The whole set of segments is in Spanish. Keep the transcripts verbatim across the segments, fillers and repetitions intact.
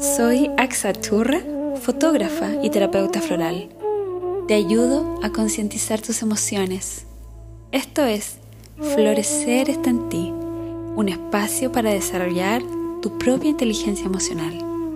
Soy Axa Churra, fotógrafa y terapeuta floral. Te ayudo a concientizar tus emociones. Esto es Florecer está en ti, un espacio para desarrollar tu propia inteligencia emocional.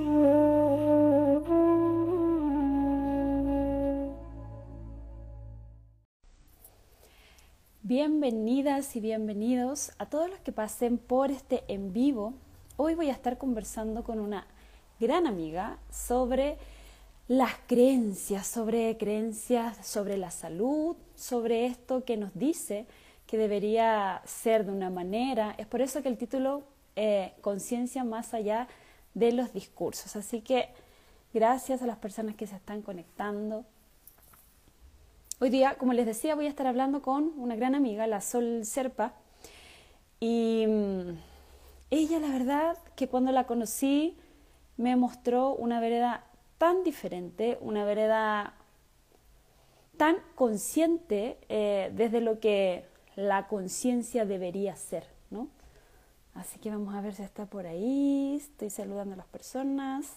Bienvenidas y bienvenidos a todos los que pasen por este en vivo. Hoy voy a estar conversando con una gran amiga sobre las creencias, sobre creencias sobre la salud, sobre esto que nos dice que debería ser de una manera. Es por eso que el título eh, Conciencia más allá de los discursos. Así que gracias a las personas que se están conectando. Hoy día, como les decía, voy a estar hablando con una gran amiga, la Sol Serpa, y mmm, ella, la verdad, que cuando la conocí me mostró una vereda tan diferente, una vereda tan consciente eh, desde lo que la conciencia debería ser, ¿no? Así que vamos a ver si está por ahí. Estoy saludando a las personas.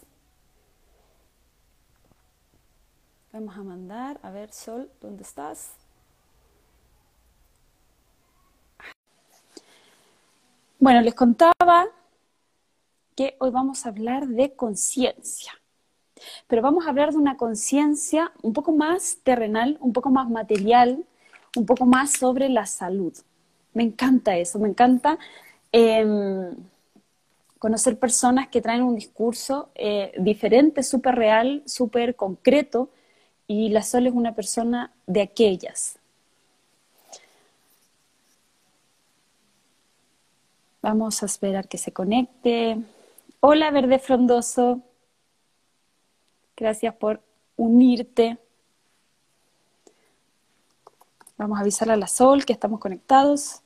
Vamos a mandar, a ver, Sol, ¿dónde estás? Bueno, les contaba que hoy vamos a hablar de conciencia, pero vamos a hablar de una conciencia un poco más terrenal, un poco más material, un poco más sobre la salud. Me encanta eso, me encanta eh, conocer personas que traen un discurso eh, diferente, súper real, súper concreto, y la Sol es una persona de aquellas. Vamos a esperar que se conecte. Hola, Verde Frondoso. Gracias por unirte. Vamos a avisarle a la Sol que estamos conectados.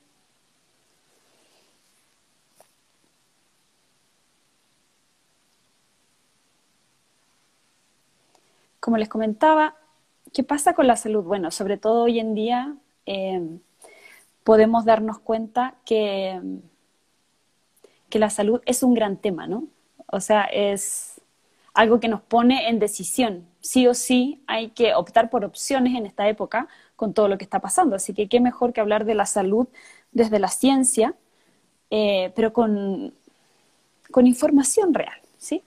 Como les comentaba, ¿qué pasa con la salud? Bueno, sobre todo hoy en día eh, podemos darnos cuenta que, que la salud es un gran tema, ¿no? O sea, es algo que nos pone en decisión. Sí o sí hay que optar por opciones en esta época con todo lo que está pasando. Así que qué mejor que hablar de la salud desde la ciencia, eh, pero con, con información real, ¿sí?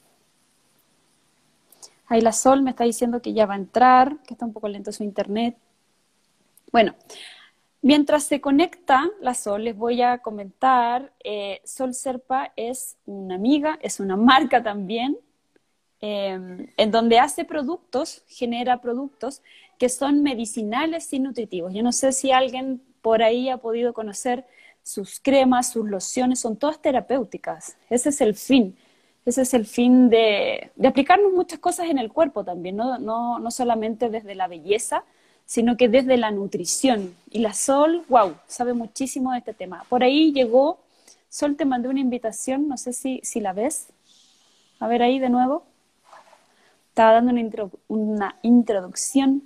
Ahí la Sol me está diciendo que ya va a entrar, que está un poco lento su internet. Bueno, mientras se conecta la Sol, les voy a comentar, eh, Sol Serpa es una amiga, es una marca también, eh, en donde hace productos, genera productos que son medicinales y nutritivos. Yo no sé si alguien por ahí ha podido conocer sus cremas, sus lociones, son todas terapéuticas. Ese es el fin. Ese es el fin de, de aplicarnos muchas cosas en el cuerpo también, ¿no? No, no solamente desde la belleza, sino que desde la nutrición. Y la Sol, wow, sabe muchísimo de este tema. Por ahí llegó, Sol, te mandé una invitación, no sé si, si la ves. A ver ahí de nuevo. Estaba dando una, intro, una introducción.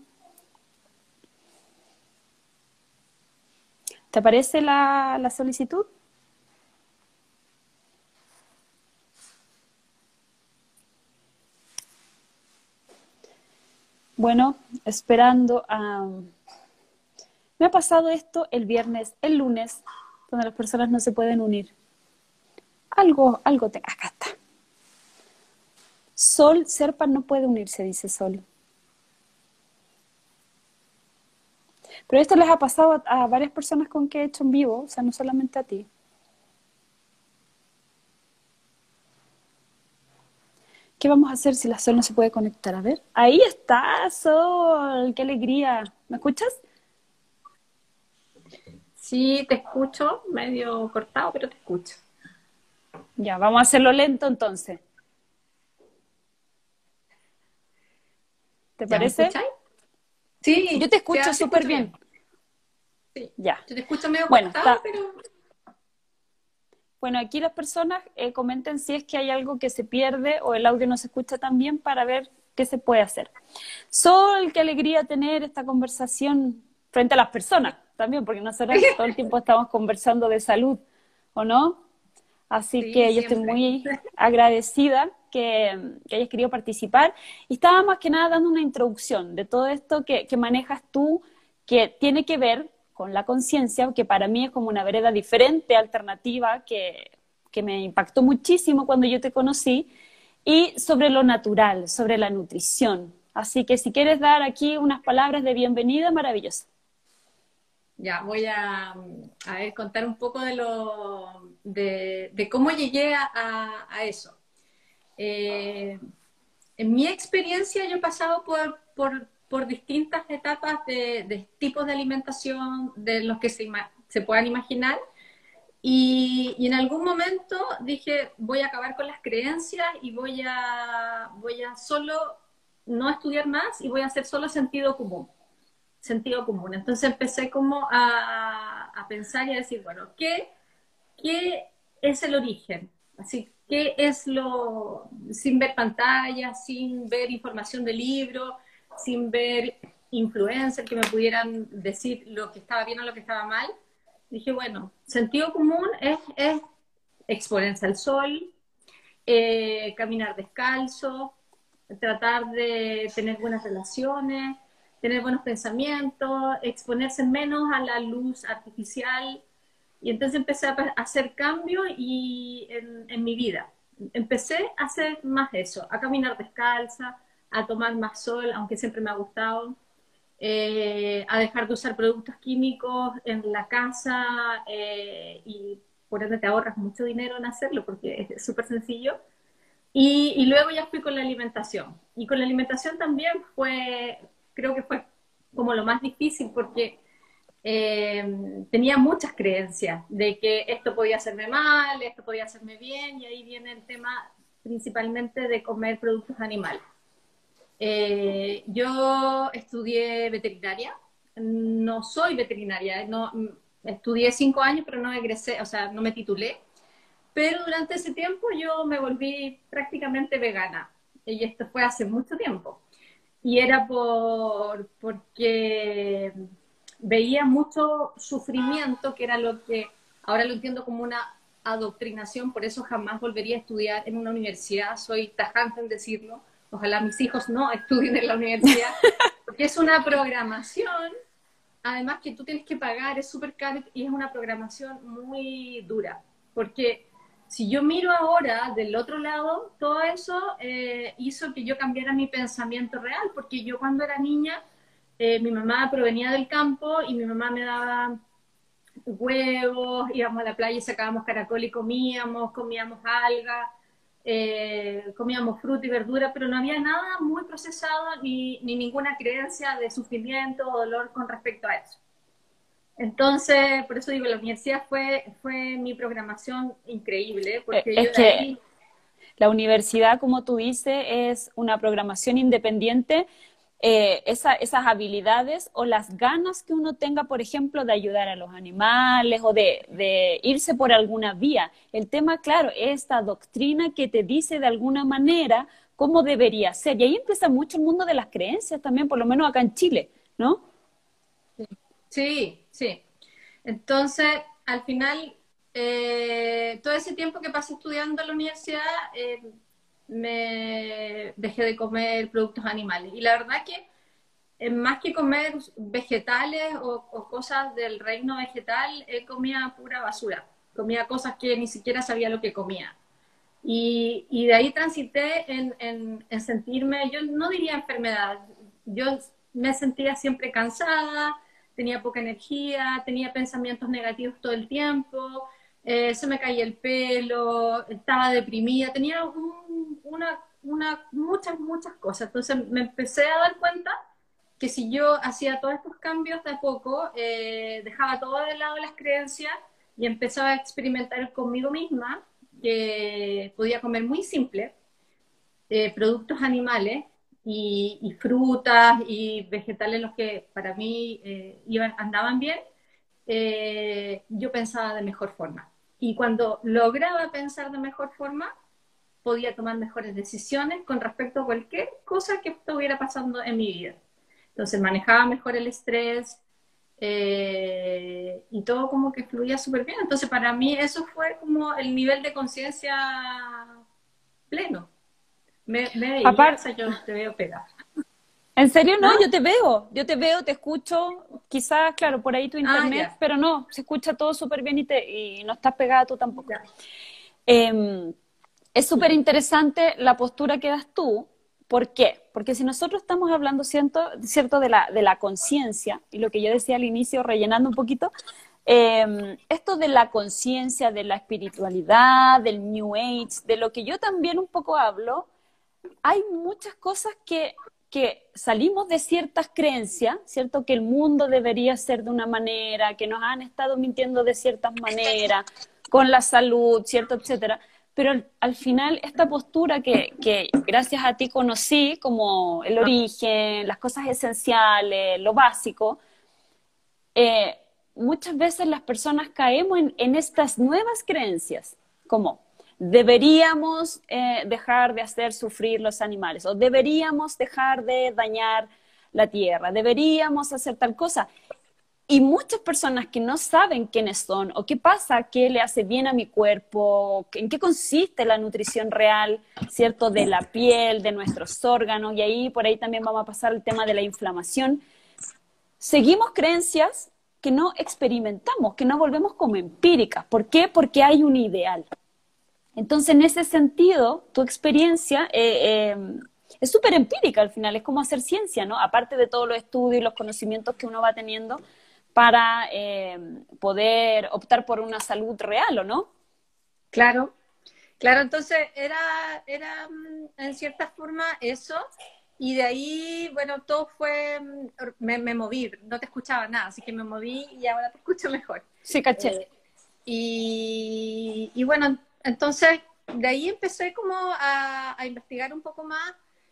¿Te aparece la, la solicitud? Bueno, esperando a... Me ha pasado esto el viernes, el lunes, donde las personas no se pueden unir. Algo, algo te... Acá está. Sol Serpa no puede unirse, dice Sol. Pero esto les ha pasado a, a varias personas con que he hecho en vivo, o sea, no solamente a ti. ¿Qué vamos a hacer si la Sol no se puede conectar? A ver. Ahí está, Sol. ¡Qué alegría! ¿Me escuchas? Sí, te escucho, medio cortado, pero te escucho. Ya, vamos a hacerlo lento entonces. ¿Te ¿Ya me parece? escucháis? Sí, Yo te escucho ya te súper escucho bien. bien. Sí, Ya. yo te escucho medio Bueno, cortado, está... pero... Bueno, aquí las personas eh, comenten si es que hay algo que se pierde o el audio no se escucha tan bien para ver qué se puede hacer. Sol, qué alegría tener esta conversación frente a las personas también, porque nosotros todo el tiempo estamos conversando de salud, ¿o no? Así Sí, que yo estoy siempre. muy agradecida que, que hayas querido participar. Y estaba más que nada dando una introducción de todo esto que, que manejas tú, que tiene que ver con la conciencia, que para mí es como una vereda diferente, alternativa, que, que me impactó muchísimo cuando yo te conocí, y sobre lo natural, sobre la nutrición. Así que si quieres dar aquí unas palabras de bienvenida, maravilloso. Ya, voy a, a ver, contar un poco de, lo, de, de cómo llegué a, a- a eso. Eh, en mi experiencia yo he pasado por, por, por distintas etapas de, de tipos de alimentación, de los que se, ima- se puedan imaginar, y, y en algún momento dije, voy a acabar con las creencias y voy a, voy a solo no estudiar más y voy a hacer solo sentido común. Sentido común. Entonces empecé como a, a pensar y a decir, bueno, ¿qué, ¿qué es el origen? Así, ¿qué es lo, sin ver pantallas, sin ver información de libros, sin ver influencers que me pudieran decir lo que estaba bien o lo que estaba mal? Dije, bueno, sentido común es, es exponerse al sol, eh, caminar descalzo, tratar de tener buenas relaciones, tener buenos pensamientos, exponerse menos a la luz artificial. Y entonces empecé a hacer cambios y en, en mi vida. Empecé a hacer más eso, a caminar descalza, a tomar más sol, aunque siempre me ha gustado, eh, a dejar de usar productos químicos en la casa, eh, y por ende te ahorras mucho dinero en hacerlo porque es súper sencillo. Y, y luego ya fui con la alimentación. Y con la alimentación también fue, creo que fue como lo más difícil porque eh, tenía muchas creencias de que esto podía hacerme mal, esto podía hacerme bien, y ahí viene el tema principalmente de comer productos animales. Eh, yo estudié veterinaria, no soy veterinaria, no, estudié cinco años, pero no egresé, o sea, no me titulé, pero durante ese tiempo yo me volví prácticamente vegana, y esto fue hace mucho tiempo. Y era por, porque veía mucho sufrimiento, que era lo que ahora lo entiendo como una adoctrinación, por eso jamás volvería a estudiar en una universidad, soy tajante en decirlo, ojalá mis hijos no estudien en la universidad, porque es una programación, además que tú tienes que pagar, es súper caro y es una programación muy dura, porque si yo miro ahora del otro lado, todo eso eh, hizo que yo cambiara mi pensamiento real, porque yo cuando era niña, eh, mi mamá provenía del campo y mi mamá me daba huevos, íbamos a la playa y sacábamos caracol y comíamos, comíamos alga, eh, comíamos fruta y verdura, pero no había nada muy procesado ni, ni ninguna creencia de sufrimiento o dolor con respecto a eso. Entonces, por eso digo, la universidad fue, fue mi programación increíble, Eh, porque Es yo de que ahí, la universidad, como tú dices, es una programación independiente. Eh, esa- esas habilidades o las ganas que uno tenga, por ejemplo, de ayudar a los animales o de, de irse por alguna vía. El tema, claro, es esta doctrina que te dice de alguna manera cómo debería ser. Y ahí empieza mucho el mundo de las creencias también, por lo menos acá en Chile, ¿no? sí, sí. Entonces, al final, eh, todo ese tiempo que pasé estudiando en la universidad, eh, me dejé de comer productos animales. Y la verdad que eh, más que comer vegetales o, o cosas del reino vegetal, eh, comía pura basura. Comía cosas que ni siquiera sabía lo que comía. Y, y de ahí transité en, en, en sentirme, yo no diría enfermedad, yo me sentía siempre cansada, tenía poca energía, tenía pensamientos negativos todo el tiempo, eh, se me caía el pelo, estaba deprimida, tenía un- una, una, muchas, muchas cosas. Entonces me empecé a dar cuenta que si yo hacía todos estos cambios de a poco, eh, dejaba todo de lado las creencias y empezaba a experimentar conmigo misma, que podía comer muy simple, eh, productos animales y, y, frutas y vegetales los que para mí eh, iban, andaban bien, eh, yo pensaba de mejor forma. Y cuando lograba pensar de mejor forma, podía tomar mejores decisiones con respecto a cualquier cosa que estuviera pasando en mi vida. Entonces manejaba mejor el estrés, eh, y todo como que fluía súper bien. Entonces para mí eso fue como el nivel de conciencia pleno. Me, me veía, Aparte, o sea, yo te veo pegada. ¿en serio no? ¿No? Yo te veo, yo te veo, te escucho, quizás, claro, por ahí tu Ah, internet, ya. pero no, se escucha todo súper bien y, te, y no estás pegada tú tampoco. Ya. Eh, es súper interesante la postura que das tú. ¿Por qué? Porque si nosotros estamos hablando, ¿cierto? ¿Cierto? De la, de la conciencia, y lo que yo decía al inicio, rellenando un poquito, eh, esto de la conciencia, de la espiritualidad, del New Age, de lo que yo también un poco hablo, hay muchas cosas que, que salimos de ciertas creencias, ¿cierto? Que el mundo debería ser de una manera, que nos han estado mintiendo de ciertas maneras, con la salud, ¿cierto? Etcétera. Pero al, al final esta postura que, que gracias a ti conocí, como el origen, las cosas esenciales, lo básico, eh, muchas veces las personas caemos en, en estas nuevas creencias, como deberíamos eh, dejar de hacer sufrir los animales o deberíamos dejar de dañar la tierra, deberíamos hacer tal cosa. Y muchas personas que no saben quiénes son o qué pasa, qué le hace bien a mi cuerpo, en qué consiste la nutrición real, ¿cierto? De la piel, de nuestros órganos, y ahí por ahí también vamos a pasar el tema de la inflamación. Seguimos creencias que no experimentamos, que no volvemos como empíricas. ¿Por qué? Porque hay un ideal. Entonces, en ese sentido, tu experiencia eh, eh, es súper empírica al final, es como hacer ciencia, ¿no? Aparte de todos los estudios y los conocimientos que uno va teniendo para eh, poder optar por una salud real, ¿o no? Claro, claro, entonces era, era mm, en cierta forma eso, y de ahí, bueno, todo fue, mm, me, me moví, no te escuchaba nada, así que me moví y ahora te escucho mejor. Sí, caché. Eh, y, y bueno, entonces de ahí empecé como a, a investigar un poco más,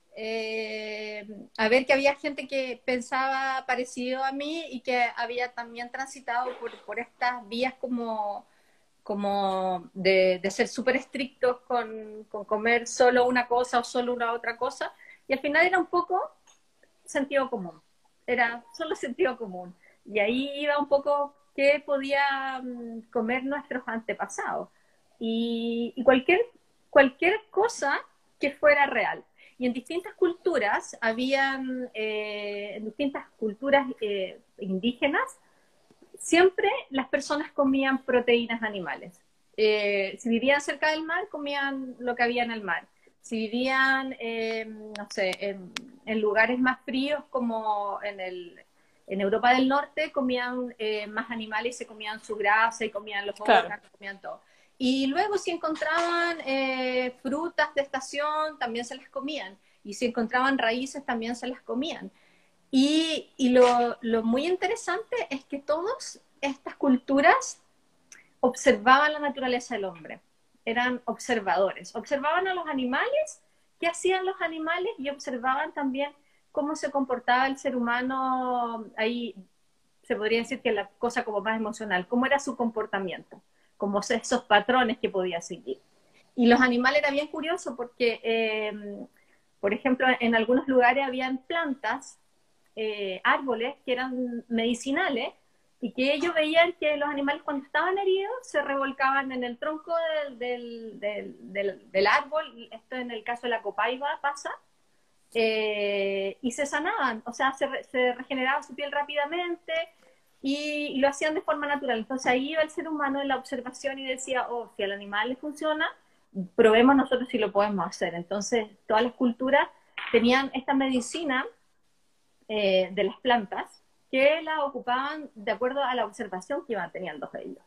eh, a ver que había gente que pensaba parecido a mí y que había también transitado por, por estas vías como como de, de ser súper estrictos con, con comer solo una cosa o solo una otra cosa, y al final era un poco sentido común, era solo sentido común, y ahí iba un poco qué podían comer nuestros antepasados, y, y cualquier, cualquier cosa que fuera real. Y en distintas culturas, habían, eh, en distintas culturas eh, indígenas, siempre las personas comían proteínas animales. Eh, si vivían cerca del mar, comían lo que había en el mar. Si vivían, eh, no sé, en, en, lugares más fríos como en, el, en Europa del Norte, comían eh, más animales y se comían su grasa y comían los Claro. órganos, comían todo. Y luego si encontraban eh, frutas de estación, también se las comían. Y si encontraban raíces, también se las comían. Y, y lo, lo, muy interesante es que todas estas culturas observaban la naturaleza del hombre, eran observadores, observaban a los animales, qué hacían los animales y observaban también cómo se comportaba el ser humano, ahí se podría decir que la cosa como más emocional, cómo era su comportamiento, como esos patrones que podía seguir. Y los animales era bien curioso porque, eh, por ejemplo, en algunos lugares habían plantas, Eh, árboles que eran medicinales y que ellos veían que los animales cuando estaban heridos se revolcaban en el tronco del, del, del, del, del árbol, esto en el caso de la copaiba pasa, eh, y se sanaban, o sea, se, se regeneraba su piel rápidamente y, y lo hacían de forma natural. Entonces ahí iba el ser humano en la observación y decía, oh, si al animal le funciona, probemos nosotros si lo podemos hacer. Entonces todas las culturas tenían esta medicina Eh, de las plantas que la ocupaban de acuerdo a la observación que iban teniendo ellos.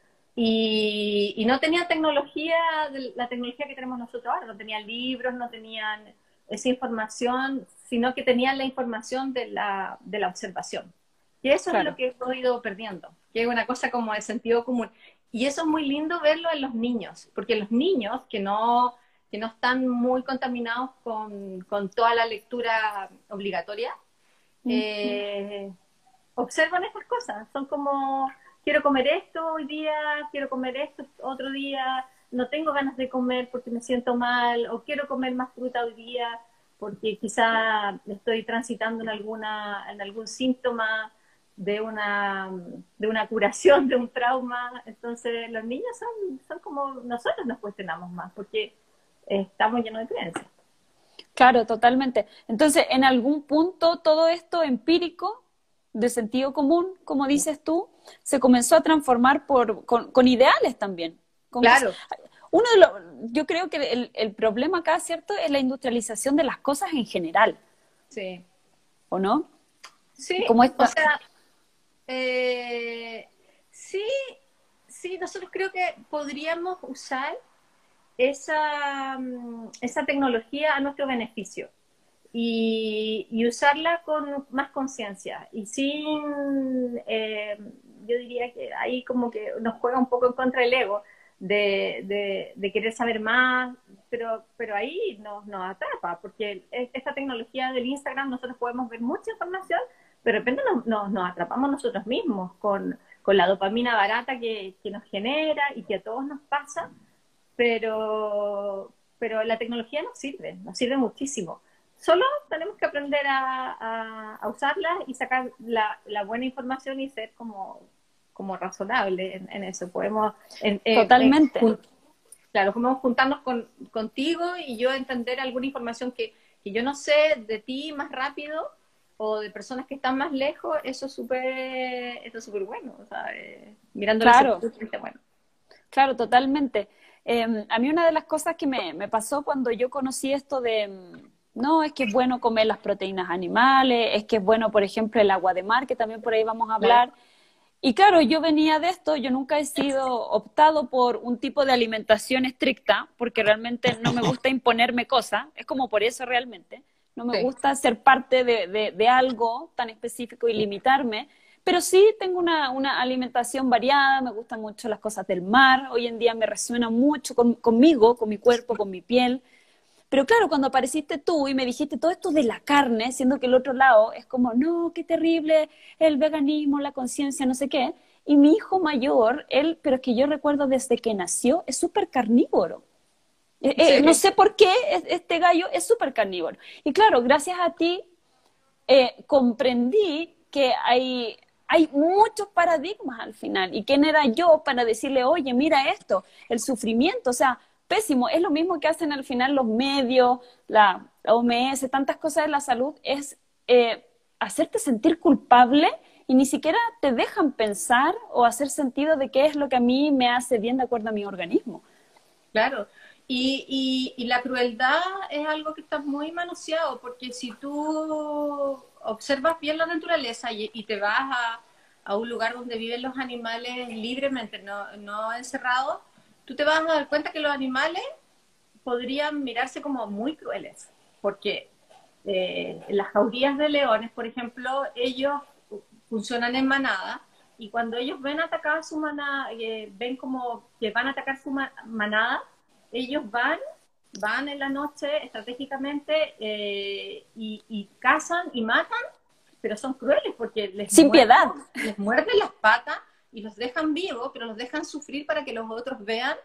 Y, y no tenían tecnología, la tecnología que tenemos nosotros ahora, no tenían libros, no tenían esa información, sino que tenían la información de la, de la observación. Y eso claro. es lo que he ido perdiendo, que es una cosa como de sentido común. Y eso es muy lindo verlo en los niños, porque los niños que no, que no están muy contaminados con, con toda la lectura obligatoria, Eh, observan estas cosas, son como quiero comer esto hoy día, quiero comer esto otro día, no tengo ganas de comer porque me siento mal, o quiero comer más fruta hoy día porque quizá estoy transitando en alguna en algún síntoma de una de una curación de un trauma. Entonces los niños son, son como nosotros nos cuestionamos más porque estamos llenos de creencias. Claro, totalmente. Entonces, en algún punto todo esto empírico, de sentido común, como dices tú, se comenzó a transformar por, con, con ideales también. Con cosas. Claro, Uno de los, yo creo que el, el problema acá, ¿cierto?, es la industrialización de las cosas en general, sí. ¿o no? Sí, Como o esta, sea, eh, sí, sí, nosotros creo que podríamos usar esa, mm, esa tecnología a nuestro beneficio y, y usarla con más conciencia y sin, eh, yo diría que ahí como que nos juega un poco en contra el ego de, de, de querer saber más, pero, pero ahí nos, nos atrapa, porque esta tecnología del Instagram nosotros podemos ver mucha información, pero de repente nos, nos, nos atrapamos nosotros mismos con, con la dopamina barata que, que nos genera y que a todos nos pasa, pero, pero la tecnología nos sirve, nos sirve muchísimo. Solo tenemos que aprender a, a, a usarla y sacar la, la, buena información y ser como, como razonable en, en eso. Podemos, en, eh, eh, totalmente. jun, claro, podemos juntarnos con, contigo y yo entender alguna información que, que yo no sé de ti más rápido o de personas que están más lejos, eso es súper eso es súper bueno, o sea, eh, mirándolo Claro, ese bueno. claro, totalmente. Eh, a mí una de las cosas que me, me pasó cuando yo conocí esto de, mm, no, es que es bueno comer las proteínas animales, es que es bueno, por ejemplo, el agua de mar, que también por ahí vamos a Claro. hablar. Y claro, yo venía de esto, yo nunca he sido optado por un tipo de alimentación estricta, porque realmente no me gusta imponerme cosas, es como por eso realmente, no me Sí. gusta ser parte de, de, de algo tan específico y limitarme, pero sí tengo una, una alimentación variada, me gustan mucho las cosas del mar, hoy en día me resuena mucho con, conmigo, con mi cuerpo, con mi piel. Pero claro, cuando apareciste tú y me dijiste todo esto de la carne, siendo que el otro lado es como, no, qué terrible, el veganismo, la conciencia, no sé qué. Y mi hijo mayor, él, pero es que yo recuerdo desde que nació, es súper carnívoro. Eh, eh, no Sí. sé por qué este gallo es súper carnívoro. Y claro, gracias a ti eh, comprendí que hay, hay muchos paradigmas al final. ¿Y quién era yo para decirle, oye, mira esto, el sufrimiento? O sea, pésimo. Es lo mismo que hacen al final los medios, la, la O M S, tantas cosas de la salud, es eh, hacerte sentir culpable y ni siquiera te dejan pensar o hacer sentido de qué es lo que a mí me hace bien de acuerdo a mi organismo. Claro, y, y, y la crueldad es algo que está muy manoseado, porque si tú observas bien la naturaleza y, y te vas a, a un lugar donde viven los animales libremente, no, no encerrados, tú te vas a dar cuenta que los animales podrían mirarse como muy crueles, porque eh, las jaurías de leones, por ejemplo, ellos funcionan en manada, y cuando ellos ven atacar su manada, eh, ven como que van a atacar su ma manada, ellos van, van en la noche estratégicamente eh, y, y cazan y matan, pero son crueles porque les Sin muerden, piedad. les muerden las patas y los dejan vivos, pero los dejan sufrir para que los otros vean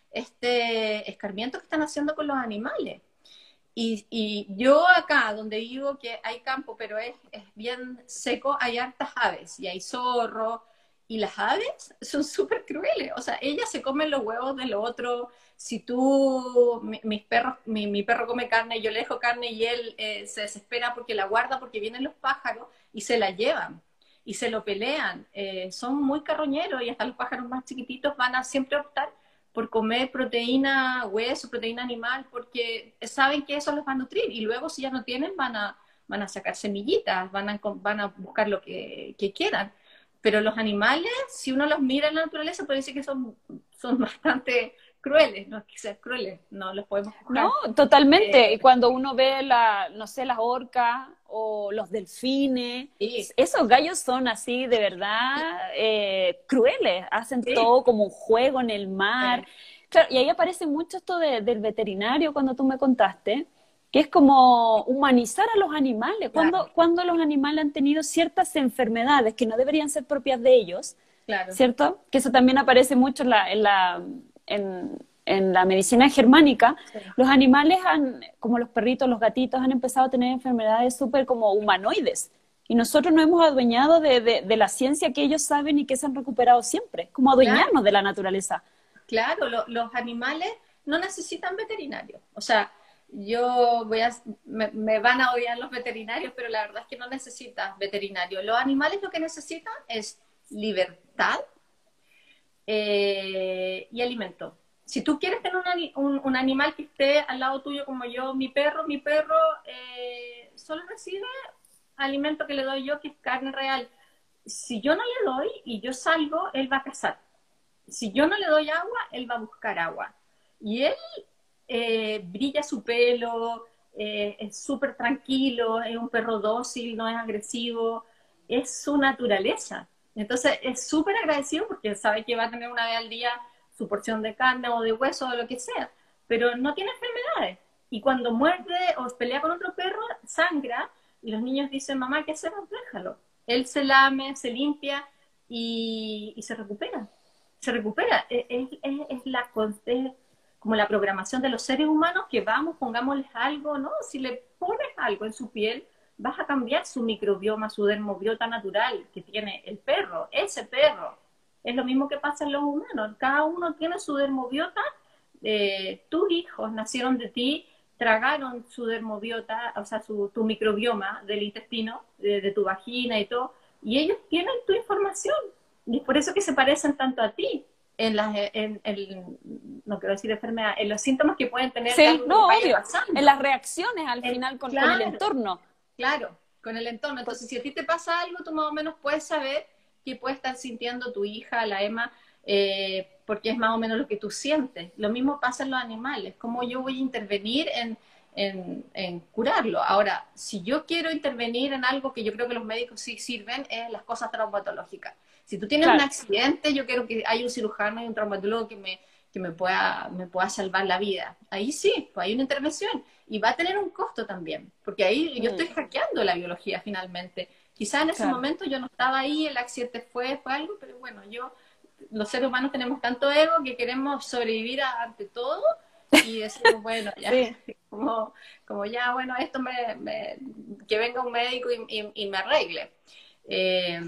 este escarmiento que están haciendo con los animales. Y, y yo acá, donde vivo, que hay campo, pero es, es bien seco, hay hartas aves y hay zorros. Y las aves son súper crueles. O sea, ellas se comen los huevos del otro. Si tú, mi, mis perros, mi, mi perro come carne, yo le dejo carne y él eh, se desespera porque la guarda, porque vienen los pájaros y se la llevan y se lo pelean. Eh, son muy carroñeros y hasta los pájaros más chiquititos van a siempre optar por comer proteína, hueso, proteína animal, porque saben que eso los va a nutrir y luego si ya no tienen van a, van a sacar semillitas, van a, van a buscar lo que, que quieran. Pero los animales, si uno los mira en la naturaleza, puede decir que son, son bastante crueles, no es que sean crueles, no los podemos No, juzgar. totalmente. Y Eh, cuando uno ve la, no sé, las orcas o los delfines, sí, esos gallos son así de verdad eh, crueles, hacen sí, todo como un juego en el mar. sí, Claro, y ahí aparece mucho esto de- del veterinario cuando tú me contaste, que es como humanizar a los animales. claro, Cuando, cuando los animales han tenido ciertas enfermedades que no deberían ser propias de ellos, claro, ¿cierto? Que eso también aparece mucho en la, en la, en, en la medicina germánica. sí, Los animales, han, como los perritos, los gatitos, han empezado a tener enfermedades súper como humanoides. Y nosotros nos hemos adueñado de, de, de la ciencia que ellos saben y que se han recuperado siempre, como claro. adueñarnos de la naturaleza. Claro, lo, los animales no necesitan veterinario. O sea, yo voy a, me, me van a odiar los veterinarios, pero la verdad es que no necesitas veterinario. Los animales lo que necesitan es libertad eh, y alimento. Si tú quieres tener un, un, un animal que esté al lado tuyo como yo, mi perro, mi perro eh, solo recibe alimento que le doy yo, que es carne real. Si yo no le doy y yo salgo, él va a cazar. Si yo no le doy agua, él va a buscar agua. Y él eh, brilla su pelo, eh, es súper tranquilo, es un perro dócil, no es agresivo, es su naturaleza. Entonces es súper agradecido porque sabe que va a tener una vez al día su porción de carne o de hueso o lo que sea, pero no tiene enfermedades. Y cuando muerde o pelea con otro perro, sangra, y los niños dicen, mamá, ¿qué hacemos? Déjalo. Él se lame, se limpia y, y se recupera. Se recupera. Es, es, es la, es como la programación de los seres humanos que vamos, pongámosles algo, ¿no? Si le pones algo en su piel, vas a cambiar su microbioma, su dermobiota natural que tiene el perro, ese perro. Es lo mismo que pasa en los humanos. Cada uno tiene su dermobiota. Eh, tus hijos nacieron de ti, tragaron su dermobiota, o sea, su, tu microbioma del intestino, de, de tu vagina y todo, y ellos tienen tu información. Y es por eso que se parecen tanto a ti. En las, en, en, no quiero decir enfermedad, en los síntomas que pueden tener. Sí, no, obvio. En las reacciones al el, final con, claro, con el entorno. Claro, con el entorno. Entonces, si a ti te pasa algo, tú más o menos puedes saber qué puede estar sintiendo tu hija, la Emma, eh, porque es más o menos lo que tú sientes. Lo mismo pasa en los animales. ¿Cómo yo voy a intervenir en, en, en curarlo? Ahora, si yo quiero intervenir en algo que yo creo que los médicos sí sirven, es las cosas traumatológicas. Si tú tienes claro. un accidente, yo quiero que haya un cirujano y un traumatólogo que me, que me, pueda, me pueda salvar la vida. Ahí sí, pues hay una intervención. Y va a tener un costo también, porque ahí yo estoy hackeando la biología finalmente. Quizá en ese claro. momento yo no estaba ahí, el accidente fue, fue algo, pero bueno, yo, los seres humanos tenemos tanto ego que queremos sobrevivir a, ante todo y decimos, bueno, ya, sí. como, como ya, bueno, esto me, me, que venga un médico y, y, y me arregle. Eh,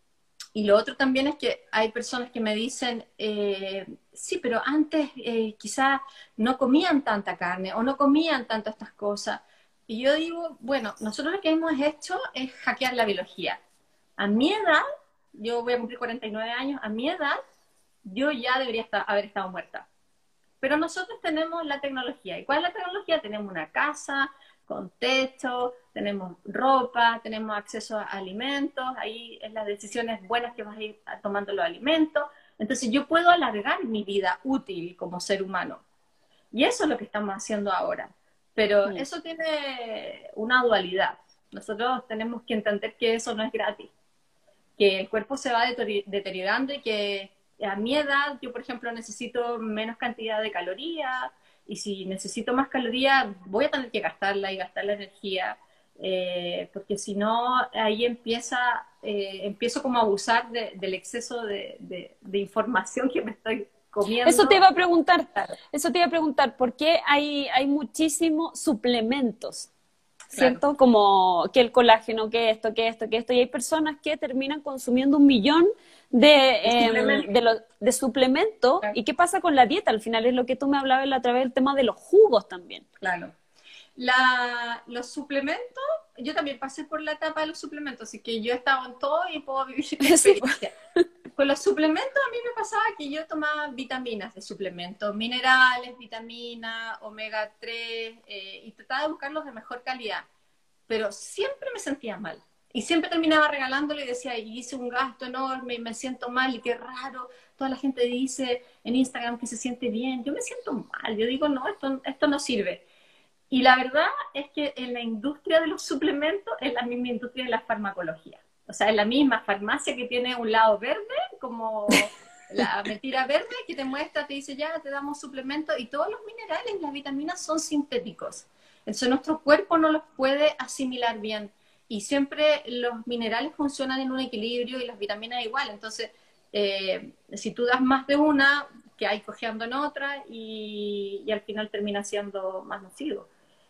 Y lo otro también es que hay personas que me dicen, eh, sí, pero antes eh, quizás no comían tanta carne o no comían tanto estas cosas. Y yo digo, bueno, nosotros lo que hemos hecho es hackear la biología. A mi edad, yo voy a cumplir cuarenta y nueve años, a mi edad yo ya debería estar, haber estado muerta. Pero nosotros tenemos la tecnología. ¿Y cuál es la tecnología? Tenemos una casa con techo, tenemos ropa, tenemos acceso a alimentos, ahí es las decisiones buenas que vas a ir tomando los alimentos. Entonces yo puedo alargar mi vida útil como ser humano. Y eso es lo que estamos haciendo ahora. Pero sí. eso tiene una dualidad. Nosotros tenemos que entender que eso no es gratis, que el cuerpo se va deteriorando y que a mi edad yo, por ejemplo, necesito menos cantidad de calorías, y si necesito más calorías, voy a tener que gastarla y gastar la energía, eh, porque si no, ahí empieza, eh, empiezo como a abusar de, del exceso de, de, de información que me estoy comiendo. Eso te iba a preguntar, claro. eso te iba a preguntar, ¿por qué hay, hay muchísimos suplementos? ¿Cierto? Claro. Como que el colágeno, que esto, que esto, que esto, y hay personas que terminan consumiendo un millón de, eh, de, lo, de suplementos, claro. ¿Y qué pasa con la dieta? Al final es lo que tú me hablabas la otra vez, el tema de los jugos también. Claro. La, los suplementos, yo también pasé por la etapa de los suplementos, así que yo he estado en todo y puedo vivir mi experiencia. Con los suplementos a mí me pasaba que yo tomaba vitaminas de suplementos, minerales, vitaminas, omega tres, eh, y trataba de buscarlos de mejor calidad, pero siempre me sentía mal. Y siempre terminaba regalándolo y decía, y hice un gasto enorme y me siento mal y qué raro. Toda la gente dice en Instagram que se siente bien. Yo me siento mal. Yo digo, no, esto, esto no sirve. Y la verdad es que en la industria de los suplementos es la misma industria de la farmacología. O sea, es la misma farmacia que tiene un lado verde, como la mentira verde, que te muestra, te dice, ya, te damos suplementos, y todos los minerales y las vitaminas son sintéticos. Entonces nuestro cuerpo no los puede asimilar bien. Y siempre los minerales funcionan en un equilibrio y las vitaminas igual. Entonces, eh, si tú das más de una, que hay cojeando en otra, y, y al final termina siendo más nocivo.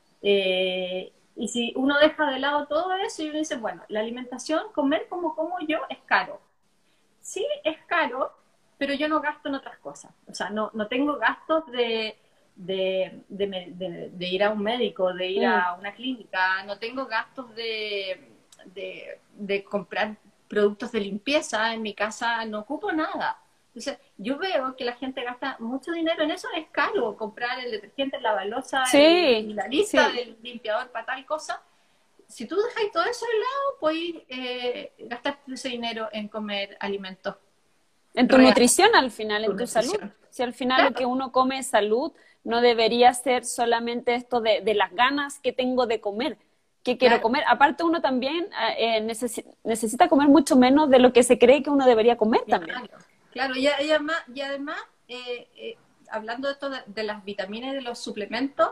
Eh, y si uno deja de lado todo eso y uno dice, bueno, la alimentación, comer como como yo, es caro. Sí, es caro, pero yo no gasto en otras cosas. O sea, no, no tengo gastos de, de, de, de, de ir a un médico, de ir mm. a una clínica, no tengo gastos de, de, de comprar productos de limpieza, en mi casa no ocupo nada. Entonces, yo veo que la gente gasta mucho dinero en eso, es caro comprar el detergente, la balosa, sí, el, la lista sí. del limpiador para tal cosa. Si tú dejas todo eso de lado, puedes eh, gastar ese dinero en comer alimentos. En tu reales. Nutrición al final, tu en tu nutrición. Salud. Si al final Claro. Lo que uno come es salud, no debería ser solamente esto de, de las ganas que tengo de comer, que quiero claro. comer. Aparte uno también eh, necesi necesita comer mucho menos de lo que se cree que uno debería comer claro. también. Claro, y, y además, y además eh, eh, hablando de esto de, de las vitaminas y de los suplementos,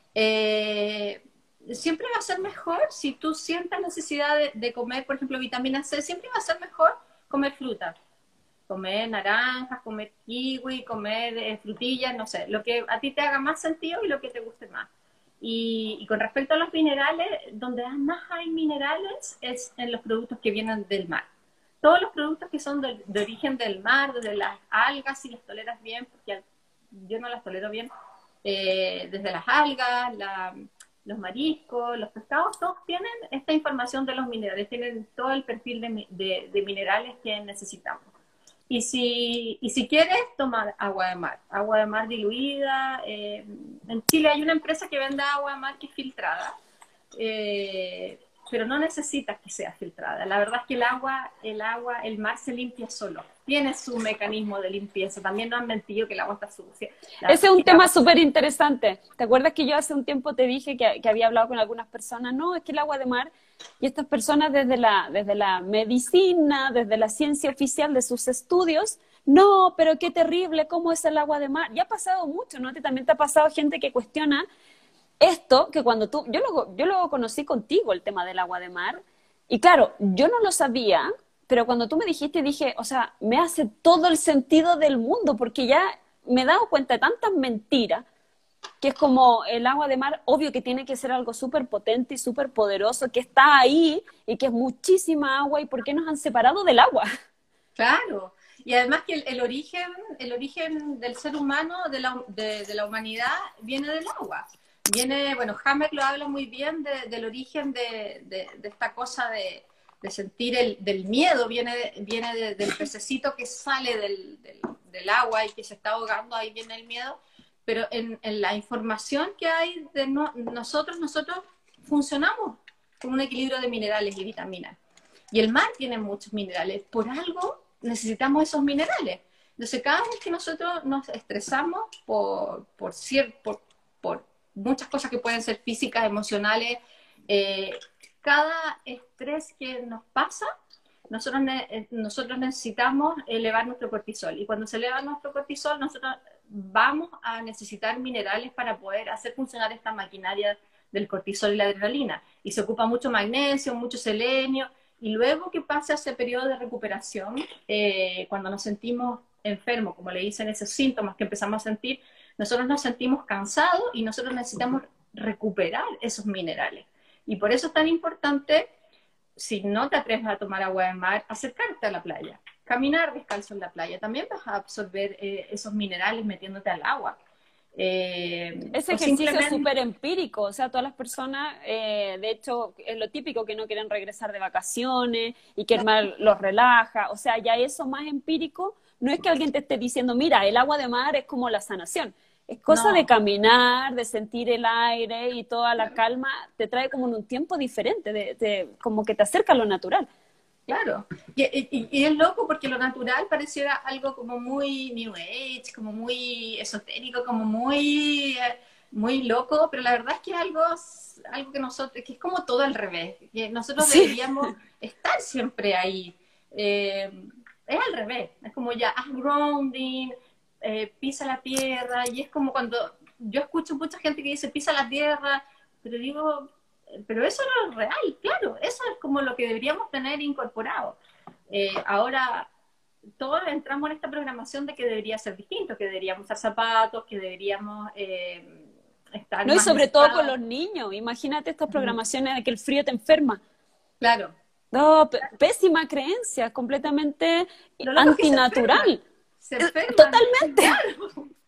eh, siempre va a ser mejor si tú sientas necesidad de, de comer, por ejemplo, vitamina C, siempre va a ser mejor comer fruta. Comer naranjas, comer kiwi, comer eh, frutillas, no sé, lo que a ti te haga más sentido y lo que te guste más. Y, y con respecto a los minerales, donde más hay minerales es en los productos que vienen del mar. Todos los productos que son de, de origen del mar, desde las algas, si las toleras bien, porque yo no las tolero bien, eh, desde las algas, la, los mariscos, los pescados, todos tienen esta información de los minerales, tienen todo el perfil de, de, de minerales que necesitamos. Y si, y si quieres, toma agua de mar, agua de mar diluida. Eh, en Chile hay una empresa que vende agua de mar que es filtrada, eh, pero no necesitas que sea filtrada. La verdad es que el agua, el agua, el mar se limpia solo. Tiene su mecanismo de limpieza. También no han mentido que el agua está sucia. La, Ese es un tema súper interesante. ¿Te acuerdas que yo hace un tiempo te dije que, que había hablado con algunas personas? No, es que el agua de mar, y estas personas desde la, desde la medicina, desde la ciencia oficial de sus estudios, no, pero qué terrible, ¿cómo es el agua de mar? Ya ha pasado mucho, ¿no? También te ha pasado gente que cuestiona esto, que cuando tú, yo lo, yo lo conocí contigo, el tema del agua de mar, y claro, yo no lo sabía, pero cuando tú me dijiste, dije, o sea, me hace todo el sentido del mundo, porque ya me he dado cuenta de tantas mentiras, que es como el agua de mar, obvio que tiene que ser algo súper potente y súper poderoso, que está ahí, y que es muchísima agua, ¿y por qué nos han separado del agua? Claro, y además que el, el origen, el origen del ser humano, de la, de, de la humanidad, viene del agua. Viene, bueno, Hammer lo habla muy bien de, del origen de, de, de esta cosa de, de sentir el del miedo, viene, de, viene de, del pececito que sale del, del, del agua y que se está ahogando, ahí viene el miedo, pero en, en la información que hay de no, nosotros, nosotros funcionamos con un equilibrio de minerales y vitaminas. Y el mar tiene muchos minerales, por algo necesitamos esos minerales. Entonces, cada vez que nosotros nos estresamos por, por, cier, por, por muchas cosas que pueden ser físicas, emocionales, eh, cada estrés que nos pasa, nosotros, ne nosotros necesitamos elevar nuestro cortisol. Y cuando se eleva nuestro cortisol, nosotros vamos a necesitar minerales para poder hacer funcionar esta maquinaria del cortisol y la adrenalina. Y se ocupa mucho magnesio, mucho selenio. Y luego que pasa ese periodo de recuperación, eh, cuando nos sentimos enfermos, como le dicen esos síntomas que empezamos a sentir, nosotros nos sentimos cansados y nosotros necesitamos recuperar esos minerales. Y por eso es tan importante, si no te atreves a tomar agua de mar, acercarte a la playa. Caminar descalzo en la playa. También vas a absorber eh, esos minerales metiéndote al agua. Eh, Ese ejercicio simplemente... es súper empírico, o sea, todas las personas, eh, de hecho, es lo típico que no quieren regresar de vacaciones y que el mar los relaja, o sea, ya eso más empírico, no es que alguien te esté diciendo, mira, el agua de mar es como la sanación, es cosa no. de caminar, de sentir el aire y toda la calma, te trae como en un tiempo diferente, de, de, como que te acerca a lo natural. Claro, y, y, y es loco porque lo natural pareciera algo como muy New Age, como muy esotérico, como muy, muy loco, pero la verdad es que es algo, algo que nosotros, que es como todo al revés, que nosotros sí. deberíamos estar siempre ahí. Eh, es al revés, es como ya, haz grounding, eh, pisa la tierra, y es como cuando yo escucho mucha gente que dice pisa la tierra, pero digo... Pero eso no es real, claro, eso es como lo que deberíamos tener incorporado. Eh, ahora, todos entramos en esta programación de que debería ser distinto, que deberíamos usar zapatos, que deberíamos eh, estar No, más y sobre necesitados. todo con los niños, imagínate estas programaciones de que el frío te enferma. Claro. No, pésima creencia, completamente antinatural. Se enferman. Totalmente. Claro.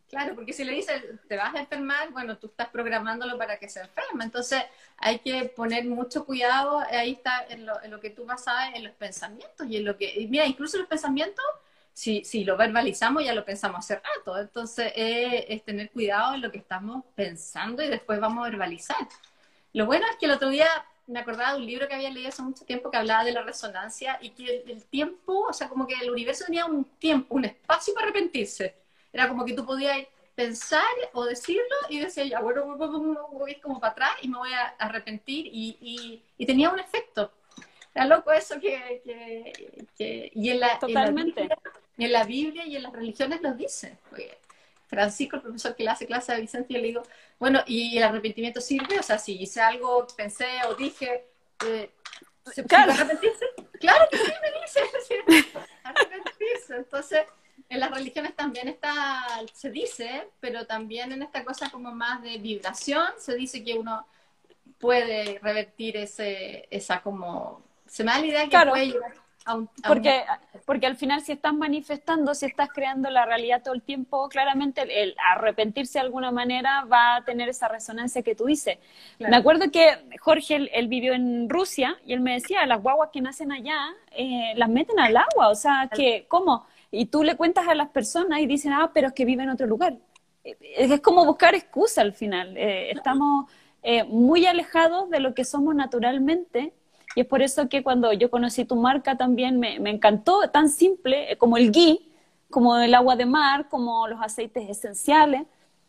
Claro, porque si le dices, te vas a enfermar, bueno, tú estás programándolo para que se enferme. Entonces, hay que poner mucho cuidado, ahí está en lo, en lo que tú más sabes, en los pensamientos y en lo que, y mira, incluso los pensamientos, si, si lo verbalizamos, ya lo pensamos hace rato. Entonces, eh, es tener cuidado en lo que estamos pensando y después vamos a verbalizar. Lo bueno es que el otro día me acordaba de un libro que había leído hace mucho tiempo que hablaba de la resonancia y que el, el tiempo, o sea, como que el universo tenía un tiempo, un espacio para arrepentirse. Era como que tú podías pensar o decirlo y decía, ya, bueno, voy a ir como para atrás y me voy a arrepentir y, y, y tenía un efecto. Era loco eso que... que, que y en la, en, la Totalmente. Biblia, en la Biblia y en las religiones los dicen. Porque Francisco, el profesor que le hace clase a Vicente, yo le digo, bueno, ¿y el arrepentimiento sirve? O sea, si hice algo, pensé o dije, eh, ¿se Claro. puede arrepentirse? Claro que sí, me dice. Arrepentirse. Entonces, en las religiones también está, se dice, pero también en esta cosa como más de vibración, se dice que uno puede revertir ese, esa como, se me da la idea que Claro. puede llegar a un... A un Porque, porque al final si estás manifestando, si estás creando la realidad todo el tiempo, claramente el, el arrepentirse de alguna manera va a tener esa resonancia que tú dices. claro. Me acuerdo que Jorge, él, él vivió en Rusia y él me decía, las guaguas que nacen allá, eh, las meten al agua, o sea, que ¿cómo? Y tú le cuentas a las personas y dicen, ah, pero es que vive en otro lugar. Es como buscar excusa al final. Eh, estamos eh, muy alejados de lo que somos naturalmente. Y es por eso que cuando yo conocí tu marca también me, me encantó, tan simple, eh, como el ghee, como el agua de mar, como los aceites esenciales.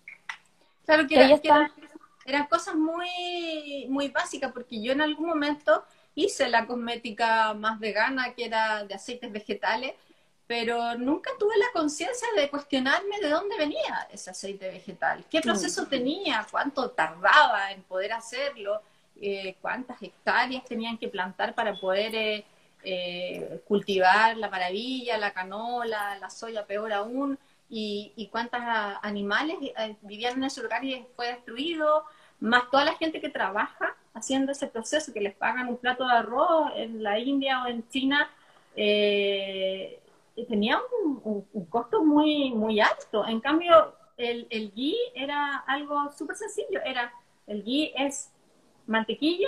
Claro que, Que ahí era, que era, está. eran cosas muy, muy básicas, porque yo en algún momento hice la cosmética más vegana, que era de aceites vegetales, pero nunca tuve la conciencia de cuestionarme de dónde venía ese aceite vegetal, qué Mm. proceso tenía, cuánto tardaba en poder hacerlo, eh, cuántas hectáreas tenían que plantar para poder eh, eh, cultivar la maravilla, la canola, la soya, peor aún, y, y cuántos animales eh, vivían en ese lugar y fue destruido, más toda la gente que trabaja haciendo ese proceso, que les pagan un plato de arroz en la India o en China, eh, tenía un, un, un, costo muy, muy alto. En cambio, el, el ghee era algo súper sencillo. Era, el ghee es mantequilla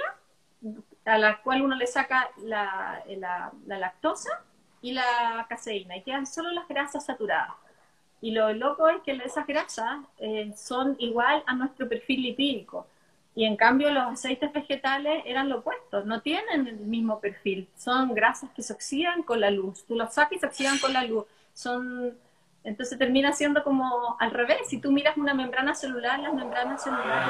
a la cual uno le saca la, la, la lactosa y la caseína y quedan solo las grasas saturadas. Y lo loco es que esas grasas eh, son igual a nuestro perfil lipídico. Y en cambio los aceites vegetales eran lo opuesto, no tienen el mismo perfil. Son grasas que se oxidan con la luz. Tú los sacas y se oxidan con la luz. Son... Entonces termina siendo como al revés. Si tú miras una membrana celular, las membranas celulares,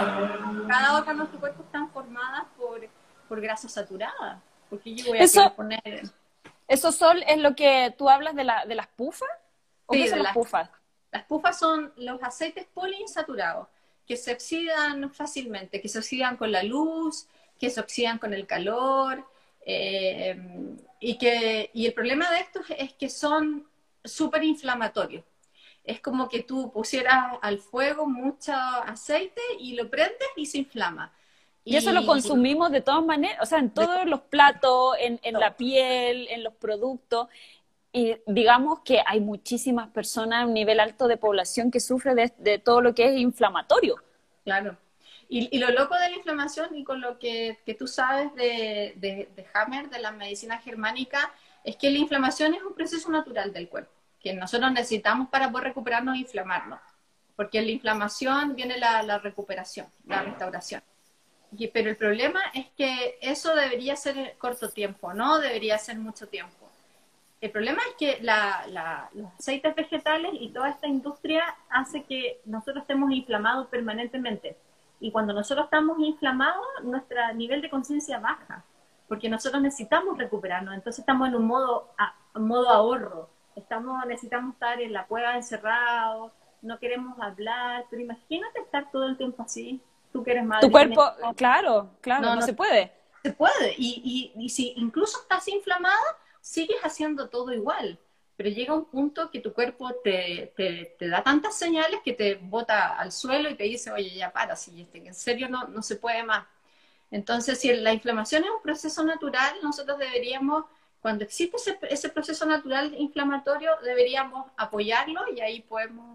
cada órgano de tu cuerpo están formadas por, por grasa saturada. Porque yo voy a Eso, poner... ¿Eso, Sol, es lo que tú hablas de, la, de las pufas? ¿O Sí, qué son de las las, pufas? las pufas son los aceites poliinsaturados que se oxidan fácilmente, que se oxidan con la luz, que se oxidan con el calor, eh, y, que, y el problema de estos es que son súper inflamatorios. Es como que tú pusieras al fuego mucho aceite y lo prendes y se inflama. Y eso lo Y consumimos de todas maneras, o sea, en de todos los platos, en, en todo. la piel, en los productos. Y digamos que hay muchísimas personas a un nivel alto de población que sufre de, de todo lo que es inflamatorio. Claro. Y, y, lo loco de la inflamación y con lo que, que tú sabes de, de, de Hammer, de la medicina germánica, es que la inflamación es un proceso natural del cuerpo, que nosotros necesitamos para poder recuperarnos e inflamarnos. Porque en la inflamación viene la, la recuperación, la restauración. Y, pero el problema es que eso debería ser en corto tiempo, no debería ser mucho tiempo. El problema es que la, la, los aceites vegetales y toda esta industria hace que nosotros estemos inflamados permanentemente. Y cuando nosotros estamos inflamados, nuestro nivel de conciencia baja, porque nosotros necesitamos recuperarnos. Entonces estamos en un modo, a, modo ahorro. Estamos, necesitamos estar en la cueva encerrados, no queremos hablar. Pero imagínate estar todo el tiempo así. Tú que eres madre. Tu cuerpo, claro, claro, no, no, no se puede. Se puede. Y, y, y si incluso estás inflamada, sigues haciendo todo igual, pero llega un punto que tu cuerpo te, te, te da tantas señales que te bota al suelo y te dice, oye, ya para, si este, en serio no, no se puede más. Entonces, si la inflamación es un proceso natural, nosotros deberíamos, cuando existe ese, ese proceso natural inflamatorio, deberíamos apoyarlo y ahí podemos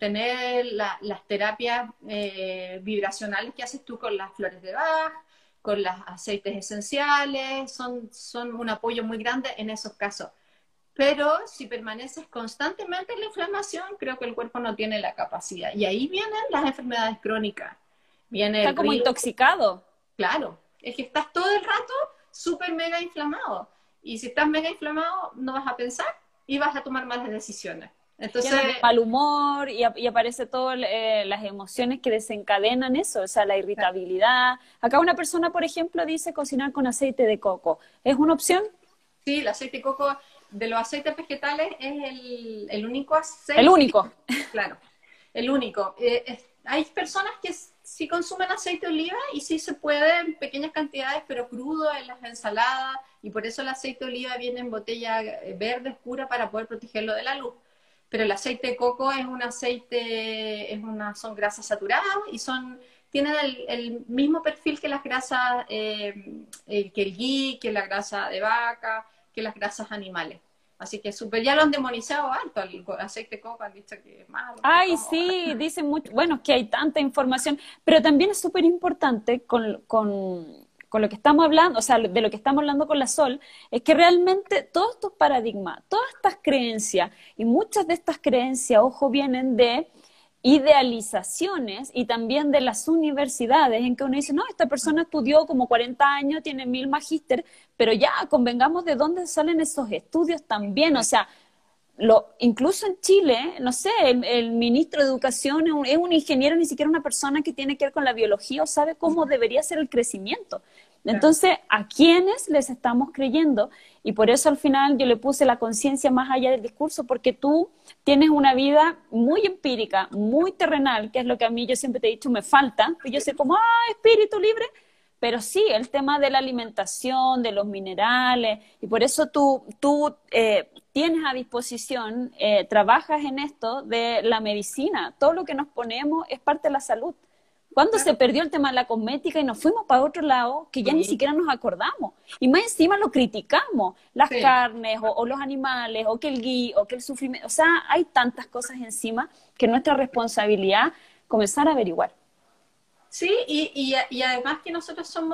tener la, las terapias eh, vibracionales que haces tú con las flores de Bach, con los aceites esenciales, son, son un apoyo muy grande en esos casos. Pero si permaneces constantemente en la inflamación, creo que el cuerpo no tiene la capacidad. Y ahí vienen las enfermedades crónicas. Viene Está el como río. intoxicado. Claro, es que estás todo el rato súper mega inflamado. Y si estás mega inflamado, no vas a pensar y vas a tomar malas decisiones. Entonces, Lleno de mal humor y, y aparece todas eh, las emociones que desencadenan eso, o sea, la irritabilidad. Acá una persona, por ejemplo, dice cocinar con aceite de coco. ¿Es una opción? sí, el aceite de coco de los aceites vegetales es el, el único El aceite. único. Claro, el único. Eh, es, hay personas que sí consumen aceite de oliva y sí se puede en pequeñas cantidades, pero crudo en las ensaladas, y por eso el aceite de oliva viene en botella verde oscura para poder protegerlo de la luz. Pero el aceite de coco es un aceite, es una, son grasas saturadas y son, tienen el, el mismo perfil que las grasas, eh, eh, que el ghee, que la grasa de vaca, que las grasas animales. Así que super, ya lo han demonizado harto, el aceite de coco han dicho que es malo. Ay, Como... sí, dicen mucho. Bueno, es que hay tanta información, pero también es súper importante con, con, con lo que estamos hablando, o sea, de lo que estamos hablando con la Sol, es que realmente todos estos paradigmas, todas estas creencias, y muchas de estas creencias, ojo, vienen de idealizaciones y también de las universidades en que uno dice, no, esta persona estudió como cuarenta años, tiene mil magíster, pero ya convengamos de dónde salen esos estudios también, o sea, lo, incluso en Chile, no sé, el, el ministro de Educación es un, es un ingeniero, ni siquiera una persona que tiene que ver con la biología o sabe cómo debería ser el crecimiento. Entonces, ¿a quiénes les estamos creyendo? Y por eso al final yo le puse la conciencia más allá del discurso, porque tú tienes una vida muy empírica, muy terrenal, que es lo que a mí yo siempre te he dicho me falta, y yo sé como, ah, espíritu libre, pero sí, el tema de la alimentación, de los minerales, y por eso tú, tú eh, tienes a disposición, eh, trabajas en esto de la medicina, todo lo que nos ponemos es parte de la salud. ¿Cuándo Claro. se perdió el tema de la cosmética y nos fuimos para otro lado que ya Sí. ni siquiera nos acordamos? Y más encima lo criticamos, las Sí. carnes o, o los animales, o que el ghee, o que el sufrimiento. O sea, hay tantas cosas encima que es nuestra responsabilidad comenzar a averiguar. Sí, y, y, y además que nosotros somos,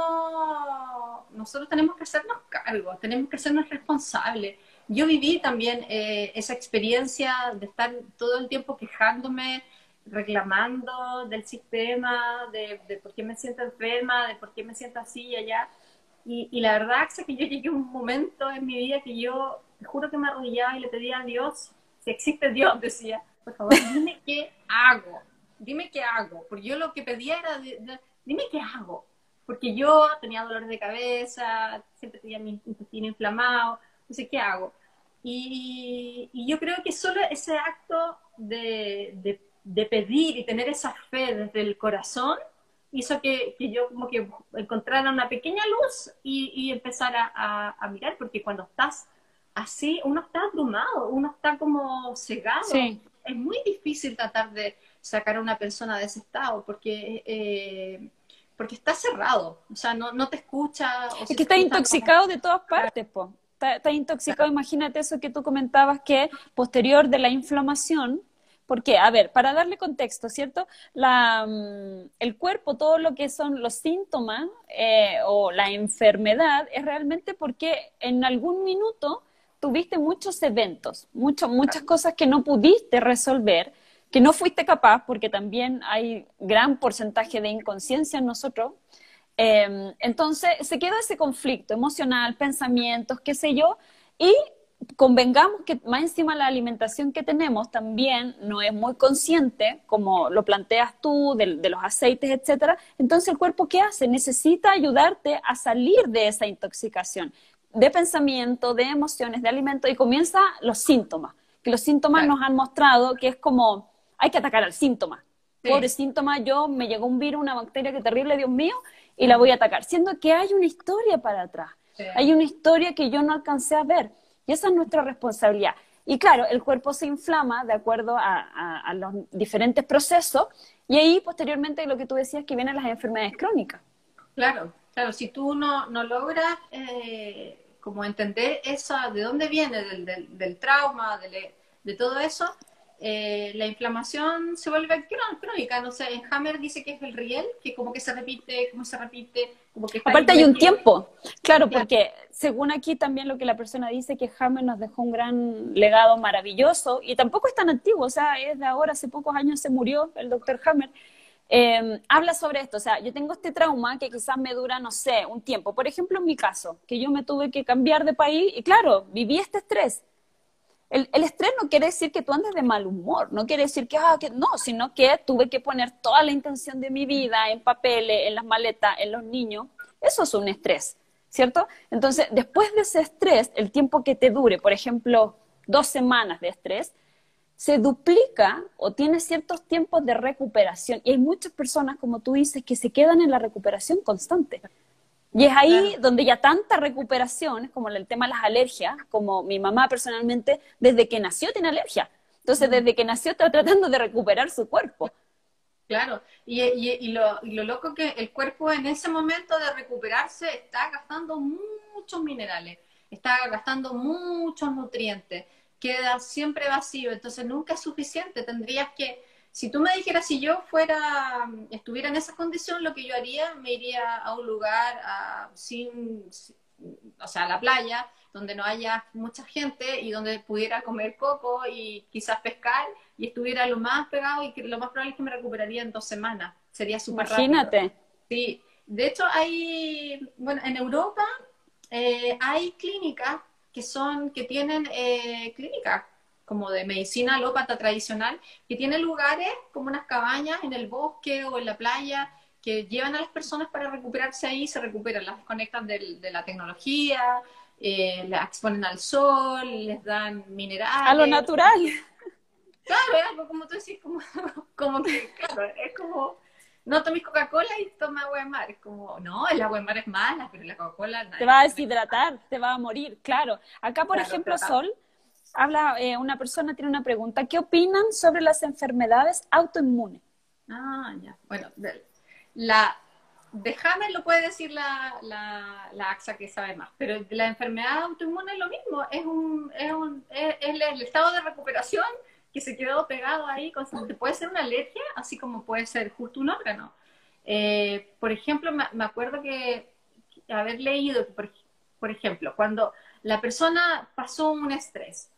nosotros tenemos que hacernos cargo, tenemos que hacernos responsables. Yo viví también eh, esa experiencia de estar todo el tiempo quejándome, reclamando del sistema, de, de por qué me siento enferma, de por qué me siento así y allá. Y, y la verdad es que yo llegué a un momento en mi vida que yo, te juro que me arrodillaba y le pedía a Dios, si existe Dios, decía, por favor, dime qué hago. Dime qué hago, porque yo lo que pedía era, de, de, dime qué hago, porque yo tenía dolores de cabeza, siempre tenía mi intestino inflamado, no sé qué hago. Y, y yo creo que solo ese acto de, de, de pedir y tener esa fe desde el corazón hizo que, que yo como que encontrara una pequeña luz y, y empezara a, a mirar, porque cuando estás así, uno está abrumado, uno está como cegado. Sí. Es muy difícil tratar de sacar a una persona de ese estado, porque, eh, porque está cerrado, o sea, no, no te escucha. O Es si que te está escucha, intoxicado no... de todas partes, po. Está, está intoxicado, imagínate eso que tú comentabas, que posterior de la inflamación, porque, a ver, para darle contexto, ¿cierto? La, mm, el cuerpo, todo lo que son los síntomas eh, o la enfermedad, es realmente porque en algún minuto tuviste muchos eventos, mucho, muchas cosas que no pudiste resolver, que no fuiste capaz, porque también hay gran porcentaje de inconsciencia en nosotros. Eh, entonces, se queda ese conflicto emocional, pensamientos, qué sé yo, y convengamos que más encima la alimentación que tenemos también no es muy consciente, como lo planteas tú, de, de los aceites, etcétera. Entonces, ¿el cuerpo qué hace? Necesita ayudarte a salir de esa intoxicación de pensamiento, de emociones, de alimento, y comienza los síntomas, que los síntomas Claro. nos han mostrado que es como, hay que atacar al síntoma. Sí. Pobre síntoma, yo me llegó un virus, una bacteria que terrible, Dios mío, y la voy a atacar, siendo que hay una historia para atrás, Sí. hay una historia que yo no alcancé a ver, y esa es nuestra responsabilidad. Y claro, el cuerpo se inflama de acuerdo a, a, a los diferentes procesos, y ahí posteriormente lo que tú decías que vienen las enfermedades crónicas. Claro, claro, si tú no, no logras eh, como entender esa, de dónde viene, del, del, del trauma, de, de todo eso, eh, la inflamación se vuelve crón- crónica. No sé, en Hammer dice que es el riel, que como que se repite, como se repite, como que está ahí Aparte hay un metido. tiempo, claro, Claro, porque según aquí también lo que la persona dice, que Hammer nos dejó un gran legado maravilloso y tampoco es tan antiguo, o sea, es de ahora, hace pocos años se murió el doctor Hammer. Eh, habla sobre esto, o sea, yo tengo este trauma que quizás me dura, no sé, un tiempo. Por ejemplo, en mi caso, que yo me tuve que cambiar de país y claro, viví este estrés. El, el estrés no quiere decir que tú andes de mal humor, no quiere decir que, ah, que no, sino que tuve que poner toda la intención de mi vida en papeles, en las maletas, en los niños. Eso es un estrés, ¿cierto? Entonces, después de ese estrés, el tiempo que te dure, por ejemplo, dos semanas de estrés, se duplica o tiene ciertos tiempos de recuperación. Y hay muchas personas, como tú dices, que se quedan en la recuperación constante. Y es ahí claro. donde ya tanta recuperación, como el tema de las alergias, como mi mamá personalmente, desde que nació tiene alergia. Entonces, Mm. desde que nació está tratando de recuperar su cuerpo. Claro, y, y, y, lo, y lo loco que el cuerpo en ese momento de recuperarse está gastando muchos minerales, está gastando muchos nutrientes, queda siempre vacío, entonces nunca es suficiente. Tendrías que, si tú me dijeras, si yo fuera, estuviera en esa condición, lo que yo haría, me iría a un lugar a, sin, o sea, a la playa, donde no haya mucha gente y donde pudiera comer coco y quizás pescar y estuviera lo más pegado y que lo más probable es que me recuperaría en dos semanas. Sería súper rápido. Imagínate. Sí, de hecho hay, bueno, en Europa eh, hay clínicas que son, que tienen eh, clínicas como de medicina alópata tradicional, que tienen lugares como unas cabañas en el bosque o en la playa, que llevan a las personas para recuperarse ahí, se recuperan, las desconectan del- de la tecnología, eh, las exponen al sol, les dan A lo minerales. natural. Claro, es algo como tú decís, como, como que, claro, es como, no tomes Coca-Cola y toma agua de mar. Es como, no, el agua de mar es mala, pero la Coca-Cola Te nadie va a la tiene. deshidratar, te va a morir, claro. Acá, por Claro, ejemplo, tratado. Sol, habla, eh, una persona tiene una pregunta. ¿Qué opinan sobre las enfermedades autoinmunes? Ah, ya. Bueno, de- la, de Hammer lo puede decir la, la, la AXA que sabe más, pero de la enfermedad autoinmune es lo mismo, es, un, es, un, es, es el, el estado de recuperación que se quedó pegado ahí constante. Puede ser una alergia, así como puede ser justo un órgano. Eh, por ejemplo, me, me acuerdo que haber leído, por, por ejemplo, cuando la persona pasó un estrés,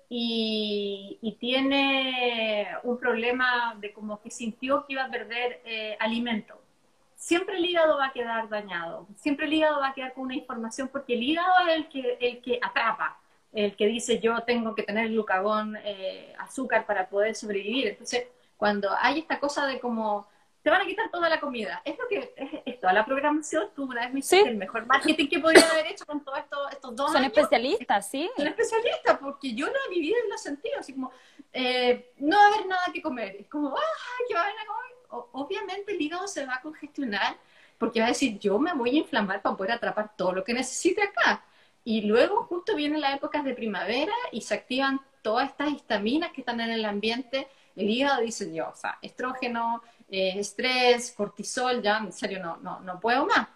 y, y tiene un problema de como que sintió que iba a perder eh, alimento. Siempre el hígado va a quedar dañado, siempre el hígado va a quedar con una información porque el hígado es el que, el que atrapa, el que dice yo tengo que tener glucagón, eh, azúcar para poder sobrevivir. Entonces, cuando hay esta cosa de como te van a quitar toda la comida. Es lo que es, es toda la programación. Tú una vez me dijiste Sí, el mejor marketing que podía haber hecho con todos estos, estos dos son años especialistas, sí. un especialista, porque yo lo he vivido en los sentidos, así como, eh, no va a haber nada que comer, es como, ah, ¿qué va a haber a comer? O, obviamente el hígado se va a congestionar, porque va a decir, yo me voy a inflamar para poder atrapar todo lo que necesite acá. Y luego justo vienen las épocas de primavera y se activan todas estas histaminas que están en el ambiente, el hígado dice, yo, o sea, estrógeno, eh, estrés, cortisol, ya en serio no, no, no puedo más.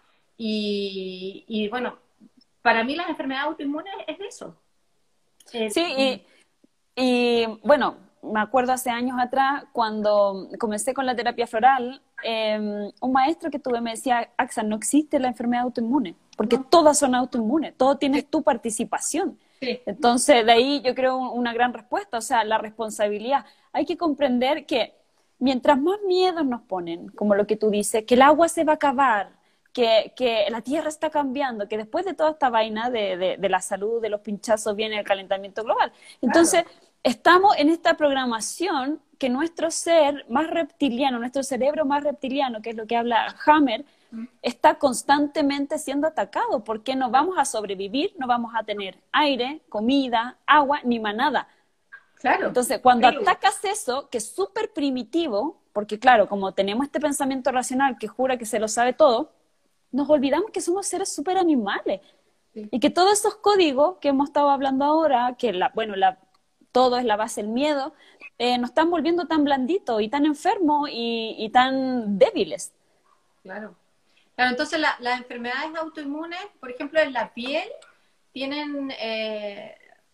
Y, y bueno, para mí las enfermedades autoinmunes es eso. Eh, Sí, y, y, bueno, me acuerdo hace años atrás, cuando comencé con la terapia floral, eh, un maestro que tuve me decía, Axa, no existe la enfermedad autoinmune, porque no, todas son autoinmunes, todo sí, tienes tu participación. sí, Entonces, de ahí yo creo una gran respuesta, o sea, la responsabilidad. Hay que comprender que mientras más miedos nos ponen, como lo que tú dices, que el agua se va a acabar, que, que la tierra está cambiando, que después de toda esta vaina de, de, de la salud, de los pinchazos, viene el calentamiento global. claro, Entonces, estamos en esta programación que nuestro ser más reptiliano, nuestro cerebro más reptiliano, que es lo que habla Hammer, mm, está constantemente siendo atacado porque no vamos a sobrevivir, no vamos a tener aire, comida, agua, ni manada. claro, Entonces, cuando tribu, atacas eso, que es súper primitivo, porque claro, como tenemos este pensamiento racional que jura que se lo sabe todo, nos olvidamos que somos seres súper animales sí, y que todos esos códigos que hemos estado hablando ahora, que la, bueno, la, todo es la base del miedo, eh, nos están volviendo tan blanditos y tan enfermos y, y tan débiles. claro. Claro, entonces la- las enfermedades autoinmunes, por ejemplo, en la piel, tienen, eh,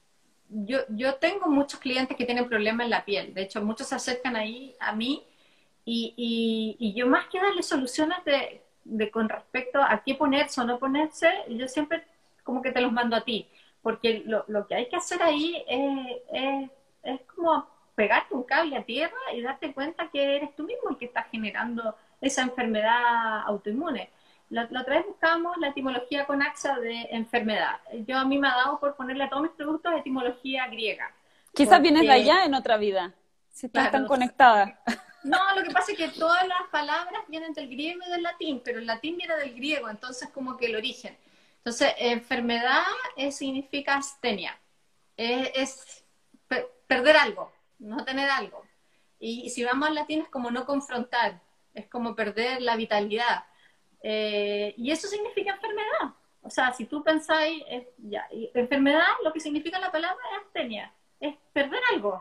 yo, yo tengo muchos clientes que tienen problemas en la piel. De hecho, muchos se acercan ahí a mí y, y, y yo más que darle soluciones de, de con respecto a qué ponerse o no ponerse, yo siempre como que te los mando a ti. Porque lo, lo que hay que hacer ahí es, es, es como pegarte un cable a tierra y darte cuenta que eres tú mismo el que está generando esa enfermedad autoinmune. La, la otra vez buscábamos la etimología con AXA de enfermedad. Yo a mí me ha dado por ponerle a todos mis productos etimología griega. Quizás vienes de Porque, allá en otra vida, si estás tan claro, conectada. no, lo que pasa es que todas las palabras vienen del griego y del latín, pero el latín viene del griego, entonces como que el origen. Entonces, enfermedad eh, significa astenia, es, es per perder algo, no tener algo. Y, y si vamos al latín es como no confrontar, es como perder la vitalidad. Eh, y eso significa enfermedad. O sea, si tú pensáis, eh, ya, enfermedad, lo que significa la palabra es astenia, es perder algo.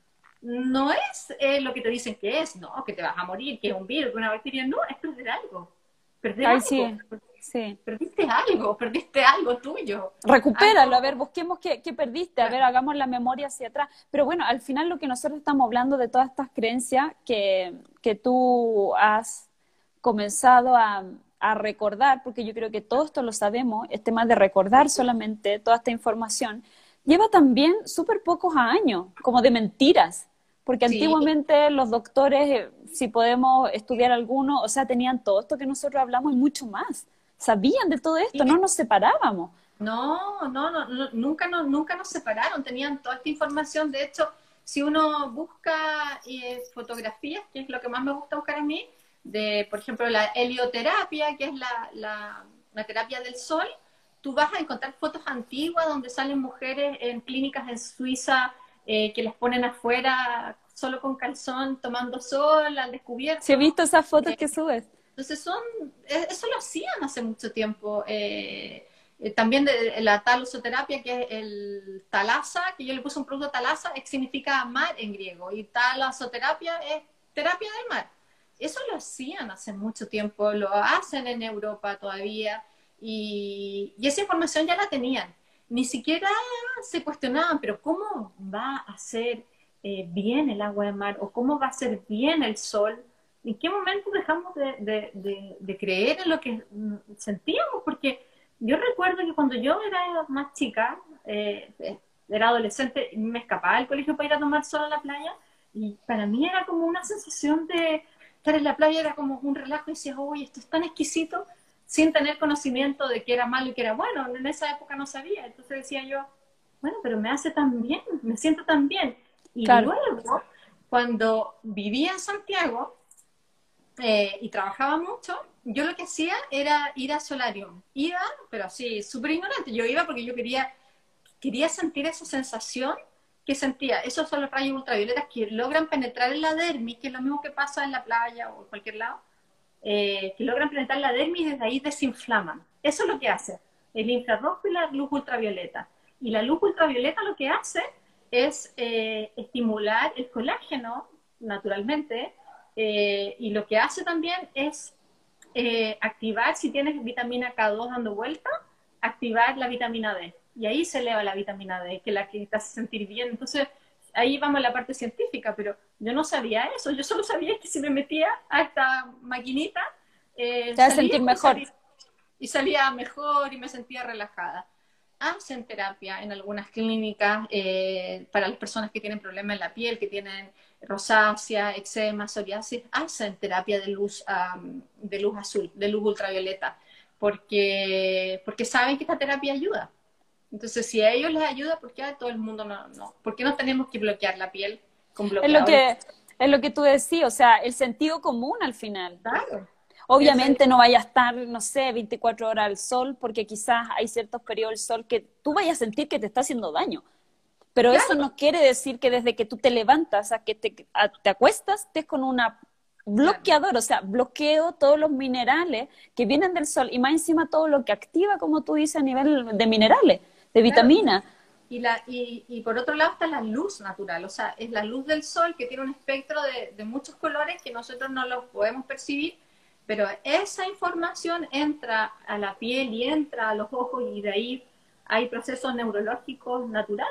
No es eh, lo que te dicen que es, no, que te vas a morir, que es un virus, que una bacteria, no, es perder algo. Perder Ay, algo. sí, sí. Perdiste algo, perdiste algo tuyo. Recupéralo, a ver, Algo, busquemos qué, qué perdiste, a ver, hagamos la memoria hacia atrás. Pero bueno, al final lo que nosotros estamos hablando de todas estas creencias que, que tú has comenzado a, a recordar, porque yo creo que todo esto lo sabemos, este tema de recordar solamente toda esta información, lleva también súper pocos años, como de mentiras. Porque sí, antiguamente los doctores, eh, si podemos estudiar alguno, o sea, tenían todo esto que nosotros hablamos y mucho más. Sabían de todo esto, no nos separábamos. no, no, no, no, nunca, no, nunca nos separaron, tenían toda esta información. De hecho, si uno busca eh, fotografías, que es lo que más me gusta buscar a mí, de, por ejemplo, la helioterapia, que es la, la, la terapia del sol, tú vas a encontrar fotos antiguas donde salen mujeres en clínicas en Suiza eh, que las ponen afuera solo con calzón, tomando sol al Si he descubierto. visto esas fotos Eh, que subes. entonces son, eh, eso lo hacían hace mucho tiempo. Eh, eh, también de, la talosoterapia, que es el talasa, que yo le puse un producto talasa, que significa mar en griego, y talasoterapia es terapia del mar. Eso lo hacían hace mucho tiempo, lo hacen en Europa todavía, y, y esa información ya la tenían. Ni siquiera se cuestionaban, pero ¿cómo va a ser eh, bien el agua de mar? ¿O cómo va a ser bien el sol? ¿En qué momento dejamos de, de, de, de creer en lo que sentíamos? Porque yo recuerdo que cuando yo era más chica, eh, era adolescente, me escapaba del colegio para ir a tomar sol a la playa, y para mí era como una sensación de estar en la playa, era como un relajo, y decía, oye, esto es tan exquisito, sin tener conocimiento de que era malo y que era bueno. En esa época no sabía, entonces decía yo, bueno, pero me hace tan bien, me siento tan bien. Y Claro. luego, cuando vivía en Santiago, eh, y trabajaba mucho, yo lo que hacía era ir a solarium. Iba, pero así, súper ignorante. Yo iba porque yo quería, quería sentir esa sensación que sentía. Esos son los rayos ultravioletas que logran penetrar en la dermis, que es lo mismo que pasa en la playa o en cualquier lado, eh, que logran penetrar la dermis y desde ahí desinflaman. Eso es lo que hace el infrarrojo y la luz ultravioleta. Y la luz ultravioleta lo que hace es eh, estimular el colágeno, naturalmente, eh, y lo que hace también es eh, activar, si tienes vitamina K dos dando vuelta, activar la vitamina D. Y ahí se eleva la vitamina D, que es la que te hace sentir bien. Entonces, ahí vamos a la parte científica, pero yo no sabía eso. Yo solo sabía que si me metía a esta maquinita, eh, Te vas a salía, sentir y mejor. salía, y salía mejor y me sentía relajada. Hacen terapia en algunas clínicas eh, para las personas que tienen problemas en la piel, que tienen rosácea, eczema, psoriasis, hacen terapia de luz, um, de luz azul, de luz ultravioleta, porque, porque saben que esta terapia ayuda. Entonces, si a ellos les ayuda, ¿por qué a todo el mundo no? no? ¿Por qué no tenemos que bloquear la piel con Es lo bloqueadores? que, es lo que tú decís, o sea, el sentido común al final. Claro. Ese, Obviamente no vaya a estar, no sé, veinticuatro horas al sol, porque quizás hay ciertos periodos del sol que tú vayas a sentir que te está haciendo daño. Pero eso claro, no quiere decir que desde que tú te levantas a que te, a- te acuestas, estés con una claro. bloqueador, o sea, bloqueo todos los minerales que vienen del sol y más encima todo lo que activa, como tú dices, a nivel de minerales, de Claro, y, vitaminas. y, la, y, y por otro lado está la luz natural, o sea, es la luz del sol que tiene un espectro de, de muchos colores que nosotros no los podemos percibir, pero esa información entra a la piel y entra a los ojos y de ahí hay procesos neurológicos naturales.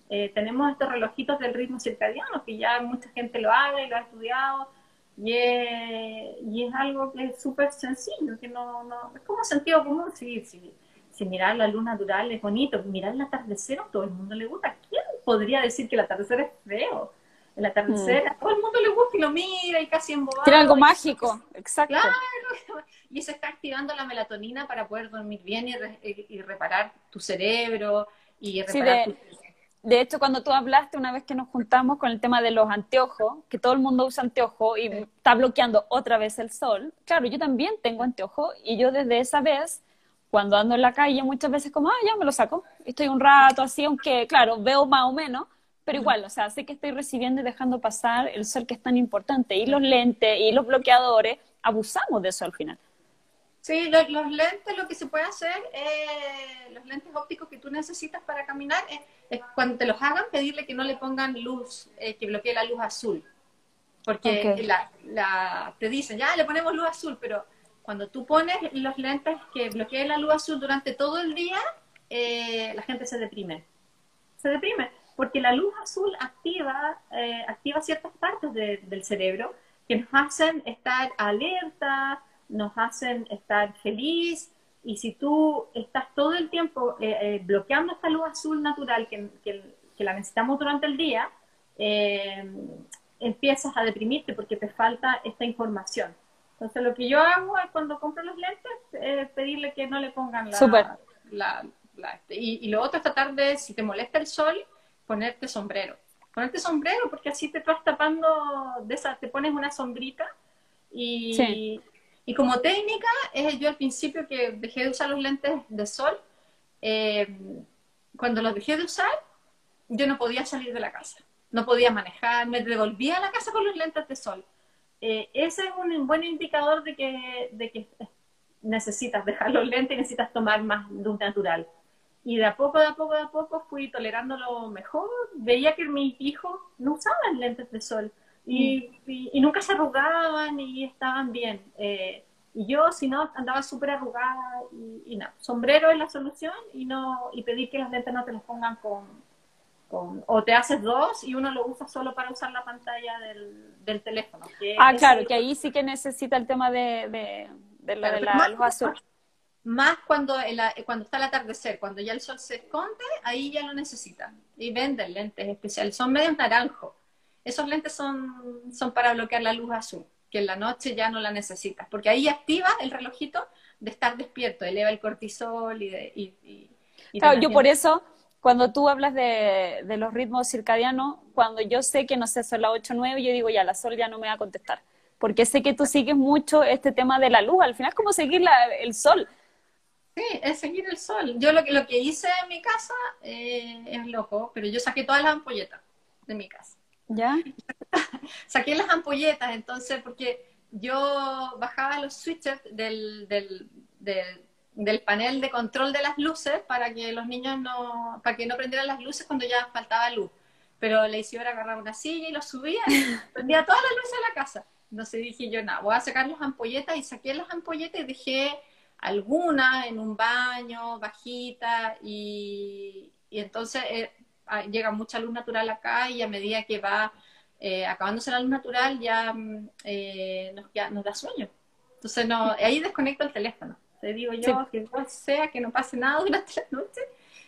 eh, tenemos estos relojitos del ritmo circadiano, que ya mucha gente lo haga y lo ha estudiado, y es, y es algo que es súper sencillo, que no, no, es como sentido común. Si, si, si mirar la luz natural es bonito, mirar el atardecer a todo el mundo le gusta. ¿Quién podría decir que el atardecer es feo? El atardecer Mm. a todo el mundo le gusta y lo mira y casi Tiene algo embobado. mágico, exacto. Claro, y se está activando la melatonina para poder dormir bien y, re, y reparar tu cerebro y Sí, reparar de, tu... de hecho, cuando tú hablaste una vez que nos juntamos con el tema de los anteojos, que todo el mundo usa anteojos y está bloqueando otra vez el sol, claro, yo también tengo anteojos y yo desde esa vez, cuando ando en la calle, muchas veces como, ah, ya me lo saco, estoy un rato así, aunque, claro, veo más o menos, pero igual, o sea, sé que estoy recibiendo y dejando pasar el sol que es tan importante, y los lentes y los bloqueadores, abusamos de eso al final. Sí, los, los lentes, lo que se puede hacer, eh, los lentes ópticos que tú necesitas para caminar, es, es cuando te los hagan, pedirle que no le pongan luz, eh, que bloquee la luz azul. Ok. Porque la, la, te dicen, ya le ponemos luz azul, pero cuando tú pones los lentes que bloqueen la luz azul durante todo el día, eh, la gente se deprime. Se deprime, porque la luz azul activa, eh, activa ciertas partes de, del cerebro que nos hacen estar alerta, nos hacen estar feliz, y si tú estás todo el tiempo eh, eh, bloqueando esta luz azul natural que, que, que la necesitamos durante el día, eh, empiezas a deprimirte porque te falta esta información. Entonces lo que yo hago es cuando compro los lentes, eh, pedirle que no le pongan Súper. la... la, la este. y, y lo otro es tratar de, si te molesta el sol, ponerte sombrero. Ponerte sombrero porque así te vas tapando, de esa, te pones una sombrita. Sí. Y, y como técnica, eh, yo al principio que dejé de usar los lentes de sol, eh, cuando los dejé de usar, yo no podía salir de la casa, no podía manejar, me devolvía a la casa con los lentes de sol. Eh, ese es un buen indicador de que, de que necesitas dejar los lentes y necesitas tomar más luz natural. Y de a poco, de a poco, de a poco fui tolerándolo mejor. Veía que mis hijos no usaban lentes de sol y, mm. y, y nunca se arrugaban y estaban bien. Eh, y yo, si no, andaba súper arrugada y, y nada. Sombrero es la solución y, no, y pedir que las lentes no te las pongan con, con... O te haces dos y uno lo usa solo para usar la pantalla del, del teléfono. Que Ah, es claro, el... que ahí sí que necesita el tema de, de, de lo claro, de pero la más, luz azul. más cuando, el, cuando está el atardecer, cuando ya el sol se esconde, ahí ya lo necesitan. Y venden lentes especiales, son medios naranjos. Esos lentes son, son para bloquear la luz azul, que en la noche ya no la necesitas, porque ahí activa el relojito de estar despierto, eleva el cortisol y, de, y, y, y Claro, yo por eso, cuando tú hablas de, de los ritmos circadianos, cuando yo sé que, no sé, son las ocho o nueve, yo digo, ya, la sol ya no me va a contestar, porque sé que tú sigues mucho este tema de la luz, al final es como seguir la, el sol. Sí, es seguir el sol. Yo lo que, lo que hice en mi casa eh, es loco, pero yo saqué todas las ampolletas de mi casa. ¿Ya? Saqué las ampolletas, entonces, porque yo bajaba los switches del, del, del, del panel de control de las luces para que los niños no, para que no prendieran las luces cuando ya faltaba luz. Pero le hice agarrar una silla y lo subía y prendía todas las luces de la casa. Entonces dije yo, nada, voy a sacar las ampolletas, y saqué las ampolletas y dejé algunas en un baño, bajita, y, y entonces eh, llega mucha luz natural acá, y a medida que va eh, acabándose la luz natural ya eh, nos, ya nos da sueño. Entonces no, ahí desconecto el teléfono. Te digo yo, sí, que no sea, que no pase nada durante la noche,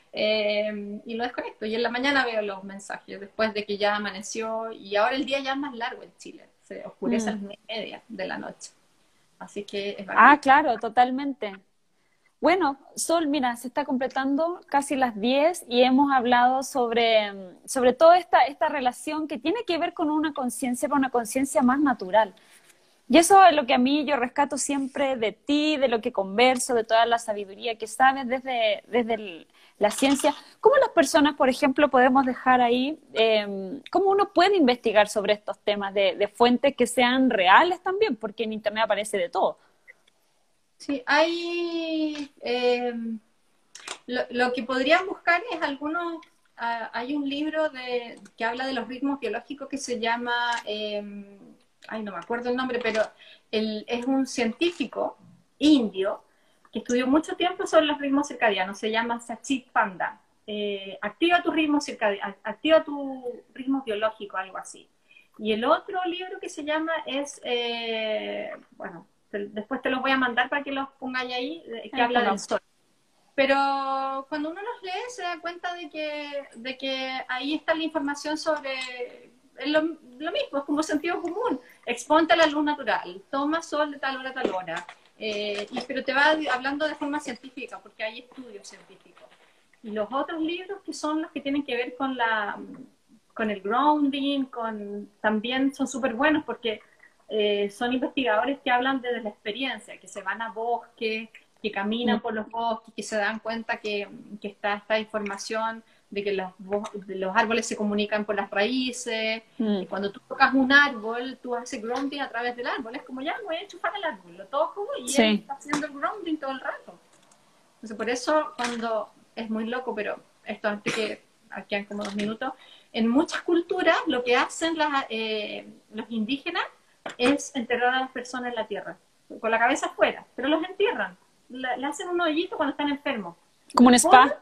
eh, y lo desconecto. Y en la mañana veo los mensajes, después de que ya amaneció, y ahora el día ya es más largo en Chile, se oscurece mm. a las nueve y media de la noche. Así que es Ah, claro, totalmente. Bueno, Sol, mira, se está completando casi las diez y hemos hablado sobre, sobre toda esta, esta relación que tiene que ver con una conciencia, con una conciencia más natural. Y eso es lo que a mí yo rescato siempre de ti, de lo que converso, de toda la sabiduría que sabes desde, desde el, la ciencia. ¿Cómo las personas, por ejemplo, podemos dejar ahí, eh, cómo uno puede investigar sobre estos temas de, de fuentes que sean reales también? Porque en Internet aparece de todo. Sí, hay... Eh, lo, lo que podrían buscar es algunos... Uh, hay un libro de, que habla de los ritmos biológicos que se llama... Eh, ay, no me acuerdo el nombre, pero él es un científico indio que estudió mucho tiempo sobre los ritmos circadianos, se llama Sachit Panda. eh, activa tu ritmo circadiano, activa tu ritmo biológico, algo así. Y el otro libro que se llama es, eh, bueno, te, después te los voy a mandar para que los pongáis ahí, que Ahí habla del pongamos. sol. Pero cuando uno los lee se da cuenta de que, de que ahí está la información sobre lo, lo mismo, es como sentido común. Exponte a la luz natural, toma sol de tal hora a tal hora. Eh, y, pero te va hablando de forma científica, porque hay estudios científicos. Y los otros libros que son los que tienen que ver con, la, con el grounding, con, también son súper buenos porque eh, son investigadores que hablan desde la experiencia, que se van a bosques, que caminan por los bosques, que se dan cuenta que, que está esta información de que los, de los árboles se comunican por las raíces, Mm. y cuando tú tocas un árbol, tú haces grounding a través del árbol, es como ya, voy a enchufar el árbol, lo toco y Sí. él está haciendo el grounding todo el rato. Entonces, por eso, cuando, es muy loco, pero esto antes que, aquí quedan como dos minutos, en muchas culturas lo que hacen las, eh, los indígenas es enterrar a las personas en la tierra, con la cabeza afuera, pero los entierran. Le, le hacen un hoyito cuando están enfermos. Como un spa.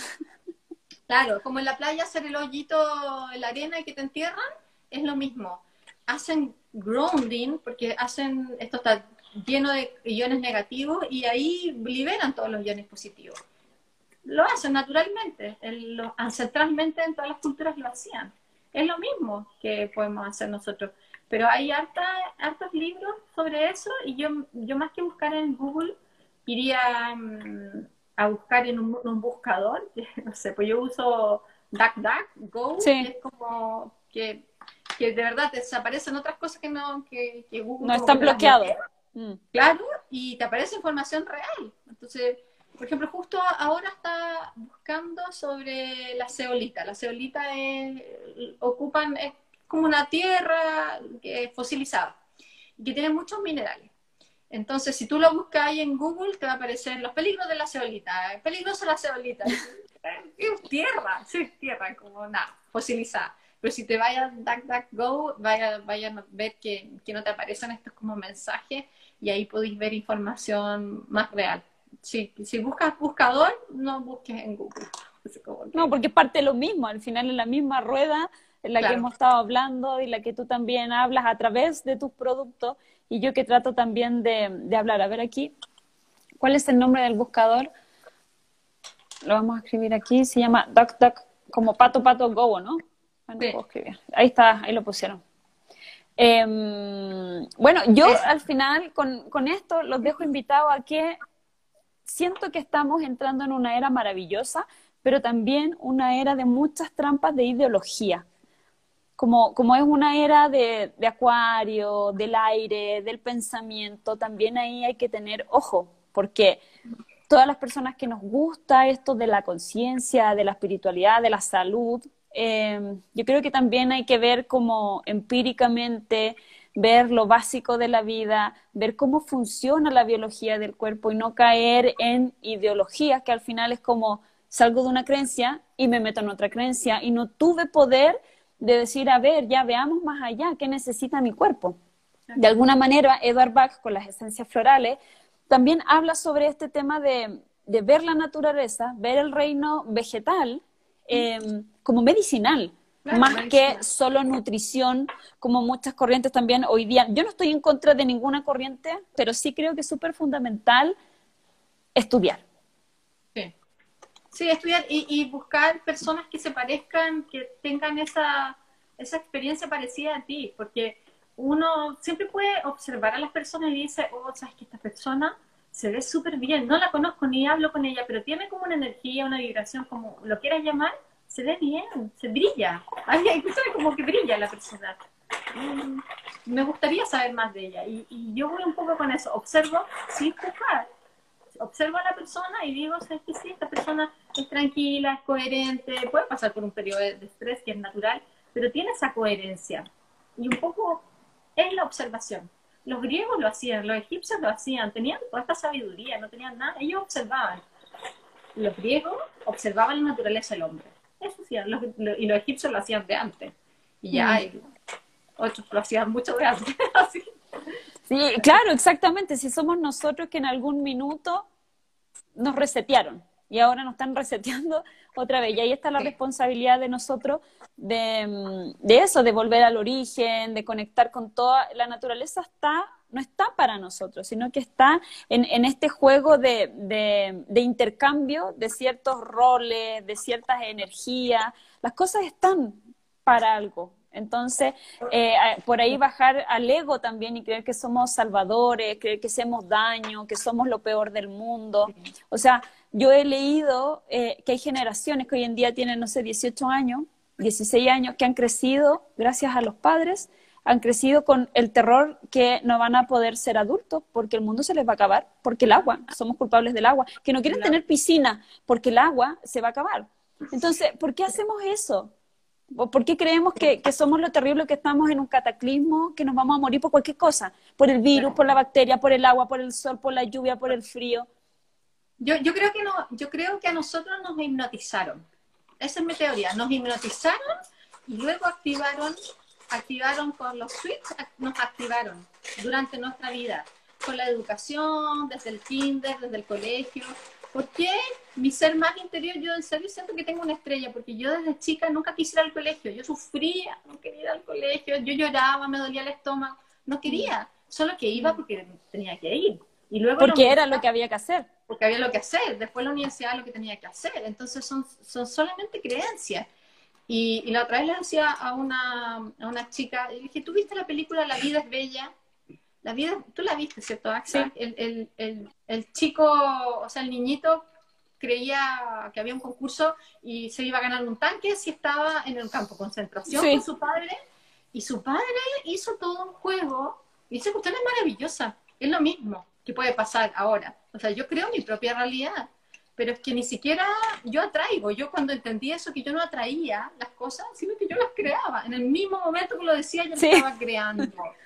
Claro, como en la playa hacer el hoyito en la arena y que te entierran, es lo mismo. Hacen grounding, porque hacen, esto está lleno de iones negativos y ahí liberan todos los iones positivos. Lo hacen naturalmente, el, lo, ancestralmente en todas las culturas lo hacían. Es lo mismo que podemos hacer nosotros. Pero hay harta, hartos libros sobre eso y yo, yo más que buscar en Google, iría um, a buscar en un, un buscador, que, no sé, pues yo uso DuckDuckGo, Sí. que es como que, que de verdad te desaparecen otras cosas que no, que, que Google No como están que te las bloqueados. bloquea. Mm. Claro, y te aparece información real. Entonces, por ejemplo, justo ahora está buscando sobre la zeolita. La zeolita es, ocupan, es como una tierra que es fosilizada y que tiene muchos minerales. Entonces, si tú lo buscas ahí en Google, te va a aparecer los peligros de la zeolita, peligrosa la zeolita. Es tierra, sí, es tierra, como nada, fosilizada. Pero si te vayas a DuckDuckGo, vayan vaya a ver que, que no te aparecen estos como mensajes y ahí podéis ver información más real. Si, si buscas buscador, no busques en Google. Que... No, porque es parte de lo mismo, al final es la misma rueda en la claro. que hemos estado hablando y la que tú también hablas a través de tus productos y yo que trato también de, de hablar. A ver aquí, ¿cuál es el nombre del buscador? Lo vamos a escribir aquí, se llama DuckDuck, como pato, pato, go, ¿no? Bueno, sí. puedo escribir. Ahí está, ahí lo pusieron. Eh, bueno, yo es... al final con, con esto los dejo invitados a que siento que estamos entrando en una era maravillosa, pero también una era de muchas trampas de ideología. Como, como es una era de, de acuario, del aire, del pensamiento, también ahí hay que tener ojo, porque todas las personas que nos gusta esto de la conciencia, de la espiritualidad, de la salud, eh, yo creo que también hay que ver como empíricamente, ver lo básico de la vida, ver cómo funciona la biología del cuerpo y no caer en ideologías que al final es como salgo de una creencia y me meto en otra creencia y no tuve poder de decir, a ver, ya veamos más allá, ¿qué necesita mi cuerpo? De alguna manera, Edward Bach, con las esencias florales, también habla sobre este tema de, de ver la naturaleza, ver el reino vegetal eh, como medicinal, claro, más medicinal. Que solo nutrición, como muchas corrientes también hoy día. Yo no estoy en contra de ninguna corriente, pero sí creo que es súper fundamental estudiar. Sí. Sí, estudiar y, y buscar personas que se parezcan, que tengan esa, esa experiencia parecida a ti, porque uno siempre puede observar a las personas y dice, oh, sabes que esta persona se ve súper bien, no la conozco ni hablo con ella, pero tiene como una energía, una vibración, como lo quieras llamar, se ve bien, se brilla, hay, hay como que brilla la persona. Mm, me gustaría saber más de ella y, y yo voy un poco con eso, observo sin juzgar. Observo a la persona y digo, ¿sabes qué? Sí, esta persona es tranquila, es coherente, puede pasar por un periodo de estrés que es natural, pero tiene esa coherencia. Y un poco es la observación. Los griegos lo hacían, los egipcios lo hacían, tenían toda esta sabiduría, no tenían nada, ellos observaban. Los griegos observaban la naturaleza del hombre. Eso hacían, los, lo, y los egipcios lo hacían de antes. Y ya, mm. y otros lo hacían mucho de antes. Así. Sí, claro, exactamente. Si somos nosotros que en algún minuto nos resetearon. y ahora nos están reseteando otra vez. Y ahí está la Sí. responsabilidad de nosotros de, de eso, de volver al origen, de conectar con toda... La naturaleza está, no está para nosotros, sino que está en, en este juego de, de, de intercambio de ciertos roles, de ciertas energías. Las cosas están para algo. Entonces, eh, por ahí bajar al ego también y creer que somos salvadores, creer que hacemos daño, que somos lo peor del mundo. O sea, yo he leído eh, que hay generaciones que hoy en día tienen, no sé, dieciocho años, dieciséis años, que han crecido gracias a los padres, han crecido con el terror que no van a poder ser adultos porque el mundo se les va a acabar, porque el agua, somos culpables del agua, que no quieren tener piscina porque el agua se va a acabar. Entonces, ¿por qué hacemos eso? ¿Por qué creemos que, que somos lo terrible, que estamos en un cataclismo, que nos vamos a morir por cualquier cosa? Por el virus, por la bacteria, por el agua, por el sol, por la lluvia, por el frío. Yo, yo creo que no, yo creo que a nosotros nos hipnotizaron. Esa es mi teoría. Nos hipnotizaron y luego activaron, activaron con los switches, nos activaron durante nuestra vida. Con la educación, desde el kinder, desde el colegio. ¿Por qué mi ser más interior? Yo en serio siento que tengo una estrella, porque yo desde chica nunca quise ir al colegio. Yo sufría, no quería ir al colegio, yo lloraba, me dolía el estómago, no quería, solo que iba porque tenía que ir. Y luego porque era lo que había que hacer. Porque había lo que hacer, después la universidad lo que tenía que hacer. Entonces son, son solamente creencias. Y, y la otra vez le decía a una, a una chica, y dije, ¿tú viste la película La vida es bella? La vida, tú la viste, ¿cierto, Axa? Sí. El, el, el, el chico, o sea, el niñito creía que había un concurso y se iba a ganar un tanque si estaba en el campo de concentración sí. con su padre, y su padre hizo todo un juego, y esa cuestión es maravillosa, es lo mismo que puede pasar ahora. O sea, yo creo mi propia realidad, pero es que ni siquiera yo atraigo. Yo cuando entendí eso, que yo no atraía las cosas, sino que yo las creaba. En el mismo momento que lo decía, yo lo sí. estaba creando.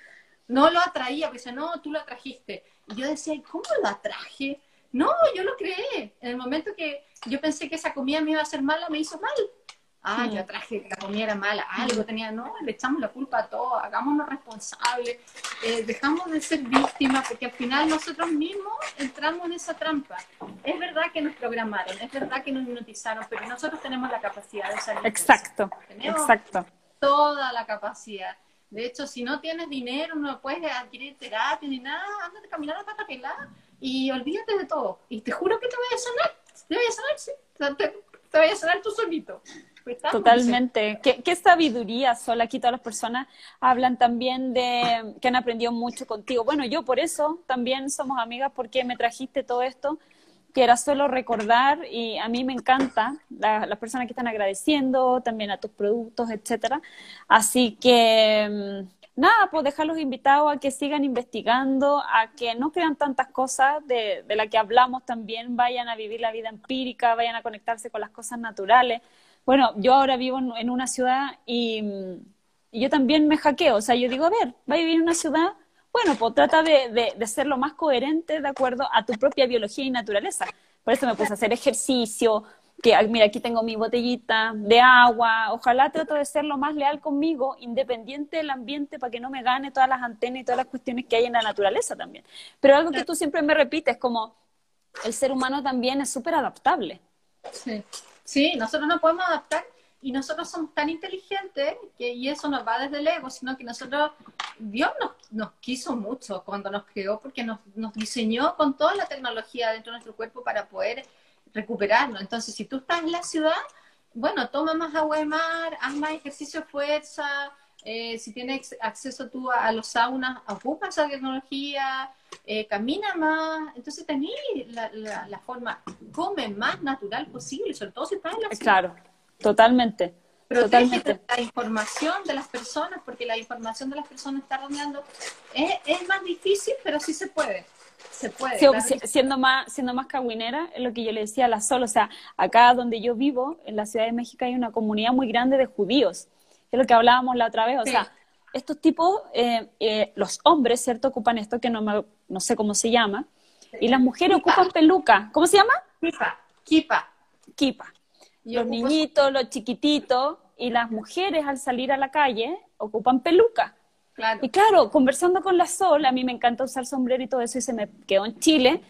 No lo atraía, porque decía, no, tú lo atrajiste. Y yo decía, ¿cómo lo atraje? No, yo lo creé. En el momento que yo pensé que esa comida me iba a hacer mala, me hizo mal. Ah, yo atraje que la comida era mala, algo tenía, no, le echamos la culpa a todos, hagámonos responsables, eh, dejamos de ser víctimas, porque al final nosotros mismos entramos en esa trampa. Es verdad que nos programaron, es verdad que nos hipnotizaron, pero nosotros tenemos la capacidad de salir. Exacto, tenemos exacto. Toda la capacidad. De hecho, si no tienes dinero, no puedes adquirir terapia ni nada, ándate a caminar a pata pelada y olvídate de todo. Y te juro que te voy a sanar, te voy a sanar, sí, te, te voy a sanar tú solito. Totalmente. ¿Qué, qué sabiduría, Sol. Aquí todas las personas hablan también de que han aprendido mucho contigo. Bueno, yo por eso también somos amigas, porque me trajiste todo esto, que era solo recordar, y a mí me encanta la, las personas que están agradeciendo también a tus productos, etcétera. Así que nada, pues dejarlos invitados a que sigan investigando, a que no crean tantas cosas de, de las que hablamos también, vayan a vivir la vida empírica, vayan a conectarse con las cosas naturales. Bueno, yo ahora vivo en, en una ciudad y, y yo también me hackeo. O sea, yo digo, a ver, va a vivir en una ciudad, bueno, pues trata de, de, de ser lo más coherente de acuerdo a tu propia biología y naturaleza. Por eso me puse a hacer ejercicio, que mira, aquí tengo mi botellita de agua. Ojalá trato de ser lo más leal conmigo, independiente del ambiente, para que no me gane todas las antenas y todas las cuestiones que hay en la naturaleza también. Pero algo que tú siempre me repites, como el ser humano también es súper adaptable. Sí. Sí, nosotros nos podemos adaptar y nosotros somos tan inteligentes que, y eso no va desde el ego, sino que nosotros, Dios nos, nos quiso mucho cuando nos creó, porque nos, nos diseñó con toda la tecnología dentro de nuestro cuerpo para poder recuperarnos. Entonces, si tú estás en la ciudad, bueno, toma más agua de mar, haz más ejercicio de fuerza, eh, si tienes acceso tú a, a los saunas, ocupa esa tecnología, eh, camina más. Entonces tenés la, la, la forma, come más natural posible, sobre todo si estás en la ciudad. Claro, totalmente. Protégete la información de las personas, porque la información de las personas está rodeando. Es, es más difícil, pero sí se puede. Se puede. Sí, claro. siendo más, siendo más cagüinera, es lo que yo le decía a la Sol. O sea, acá donde yo vivo, en la Ciudad de México, hay una comunidad muy grande de judíos. Es lo que hablábamos la otra vez. O sí. sea, estos tipos, eh, eh, los hombres, ¿cierto?, ocupan esto que no, me, no sé cómo se llama. Y las mujeres Kipa. Ocupan peluca. ¿Cómo se llama? Kipa. Kipa. Kipa. Los niñitos, los chiquititos, y las mujeres al salir a la calle ocupan peluca. Claro. Y claro, conversando con la Sol, a mí me encanta usar sombrero y todo eso, y se me quedó en Chile,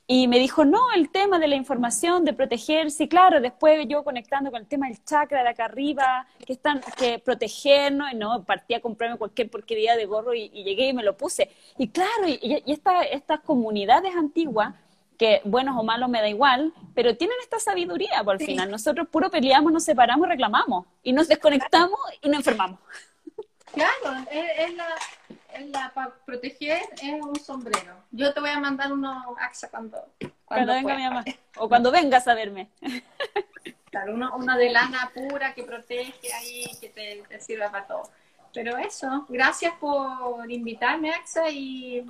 Y me dijo, no, el tema de la información, de protegerse, y claro, después yo conectando con el tema del chakra de acá arriba, que están, que protegernos, y no, partí a comprarme cualquier porquería de gorro y, y llegué y me lo puse. Y claro, y, y esta, estas comunidades antiguas, que buenos o malos me da igual, pero tienen esta sabiduría por el Sí. final. Nosotros puro peleamos, nos separamos, reclamamos, y nos desconectamos y nos enfermamos. Claro, es, es la, es la para proteger es un sombrero. Yo te voy a mandar unos AXA cuando, cuando, Cuando venga pueda. mi mamá, o cuando vengas a verme. Claro, uno, uno de lana pura que protege ahí, que te, te sirva para todo. Pero eso, gracias por invitarme, AXA, y,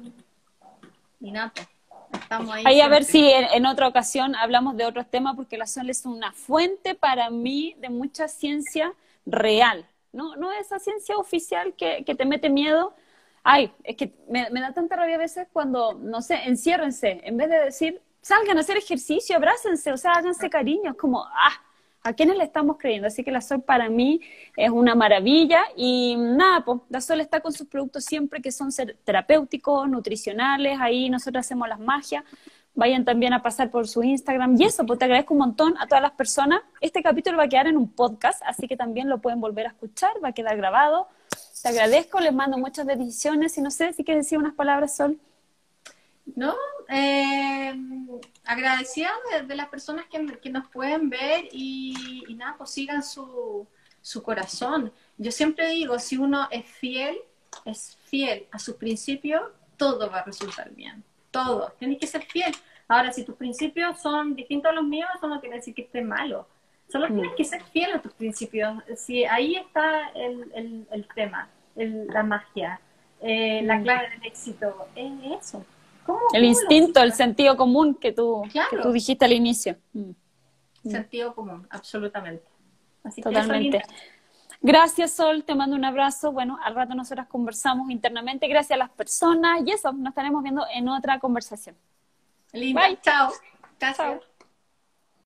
y nada, pues, estamos ahí. Ahí a ver siempre. si en, en otra ocasión hablamos de otros temas, porque la Sol es una fuente para mí de mucha ciencia real, no, no esa ciencia oficial que, que te mete miedo. Ay, es que me, me da tanta rabia a veces cuando, no sé, enciérrense, en vez de decir, salgan a hacer ejercicio, abrácense, o sea, háganse cariño, es como, ah, ¿a quiénes le estamos creyendo? Así que la Sol para mí es una maravilla y nada, pues la Sol está con sus productos siempre que son ser- terapéuticos, nutricionales, ahí nosotros hacemos las magias. Vayan también a pasar por su Instagram. Y eso, pues te agradezco un montón a todas las personas. Este capítulo va a quedar en un podcast, así que también lo pueden volver a escuchar, va a quedar grabado. Te agradezco, les mando muchas bendiciones y no sé si quieres decir unas palabras, Sol. No, eh, agradecida de, de las personas que, que nos pueden ver y, y nada, pues sigan su, su corazón. Yo siempre digo, si uno es fiel, es fiel a sus principios, todo va a resultar bien. Todo. Tienes que ser fiel. Ahora, si tus principios son distintos a los míos, eso no quiere decir que esté malo. Solo Mm. tienes que ser fiel a tus principios. Si ahí está el, el, el tema, el- la magia, eh, la Mm. clave del éxito, es eso. ¿Cómo, El cómo lo instinto, el haces? sentido común que tú, Claro. que tú dijiste al inicio. Mm. Sentido común, absolutamente. Así Totalmente. que eso, Linda. Gracias, Sol, te mando un abrazo. Bueno, al rato nosotras conversamos internamente. Gracias a las personas y eso, nos estaremos viendo en otra conversación. Linda, Bye. chao. Gracias. Chao.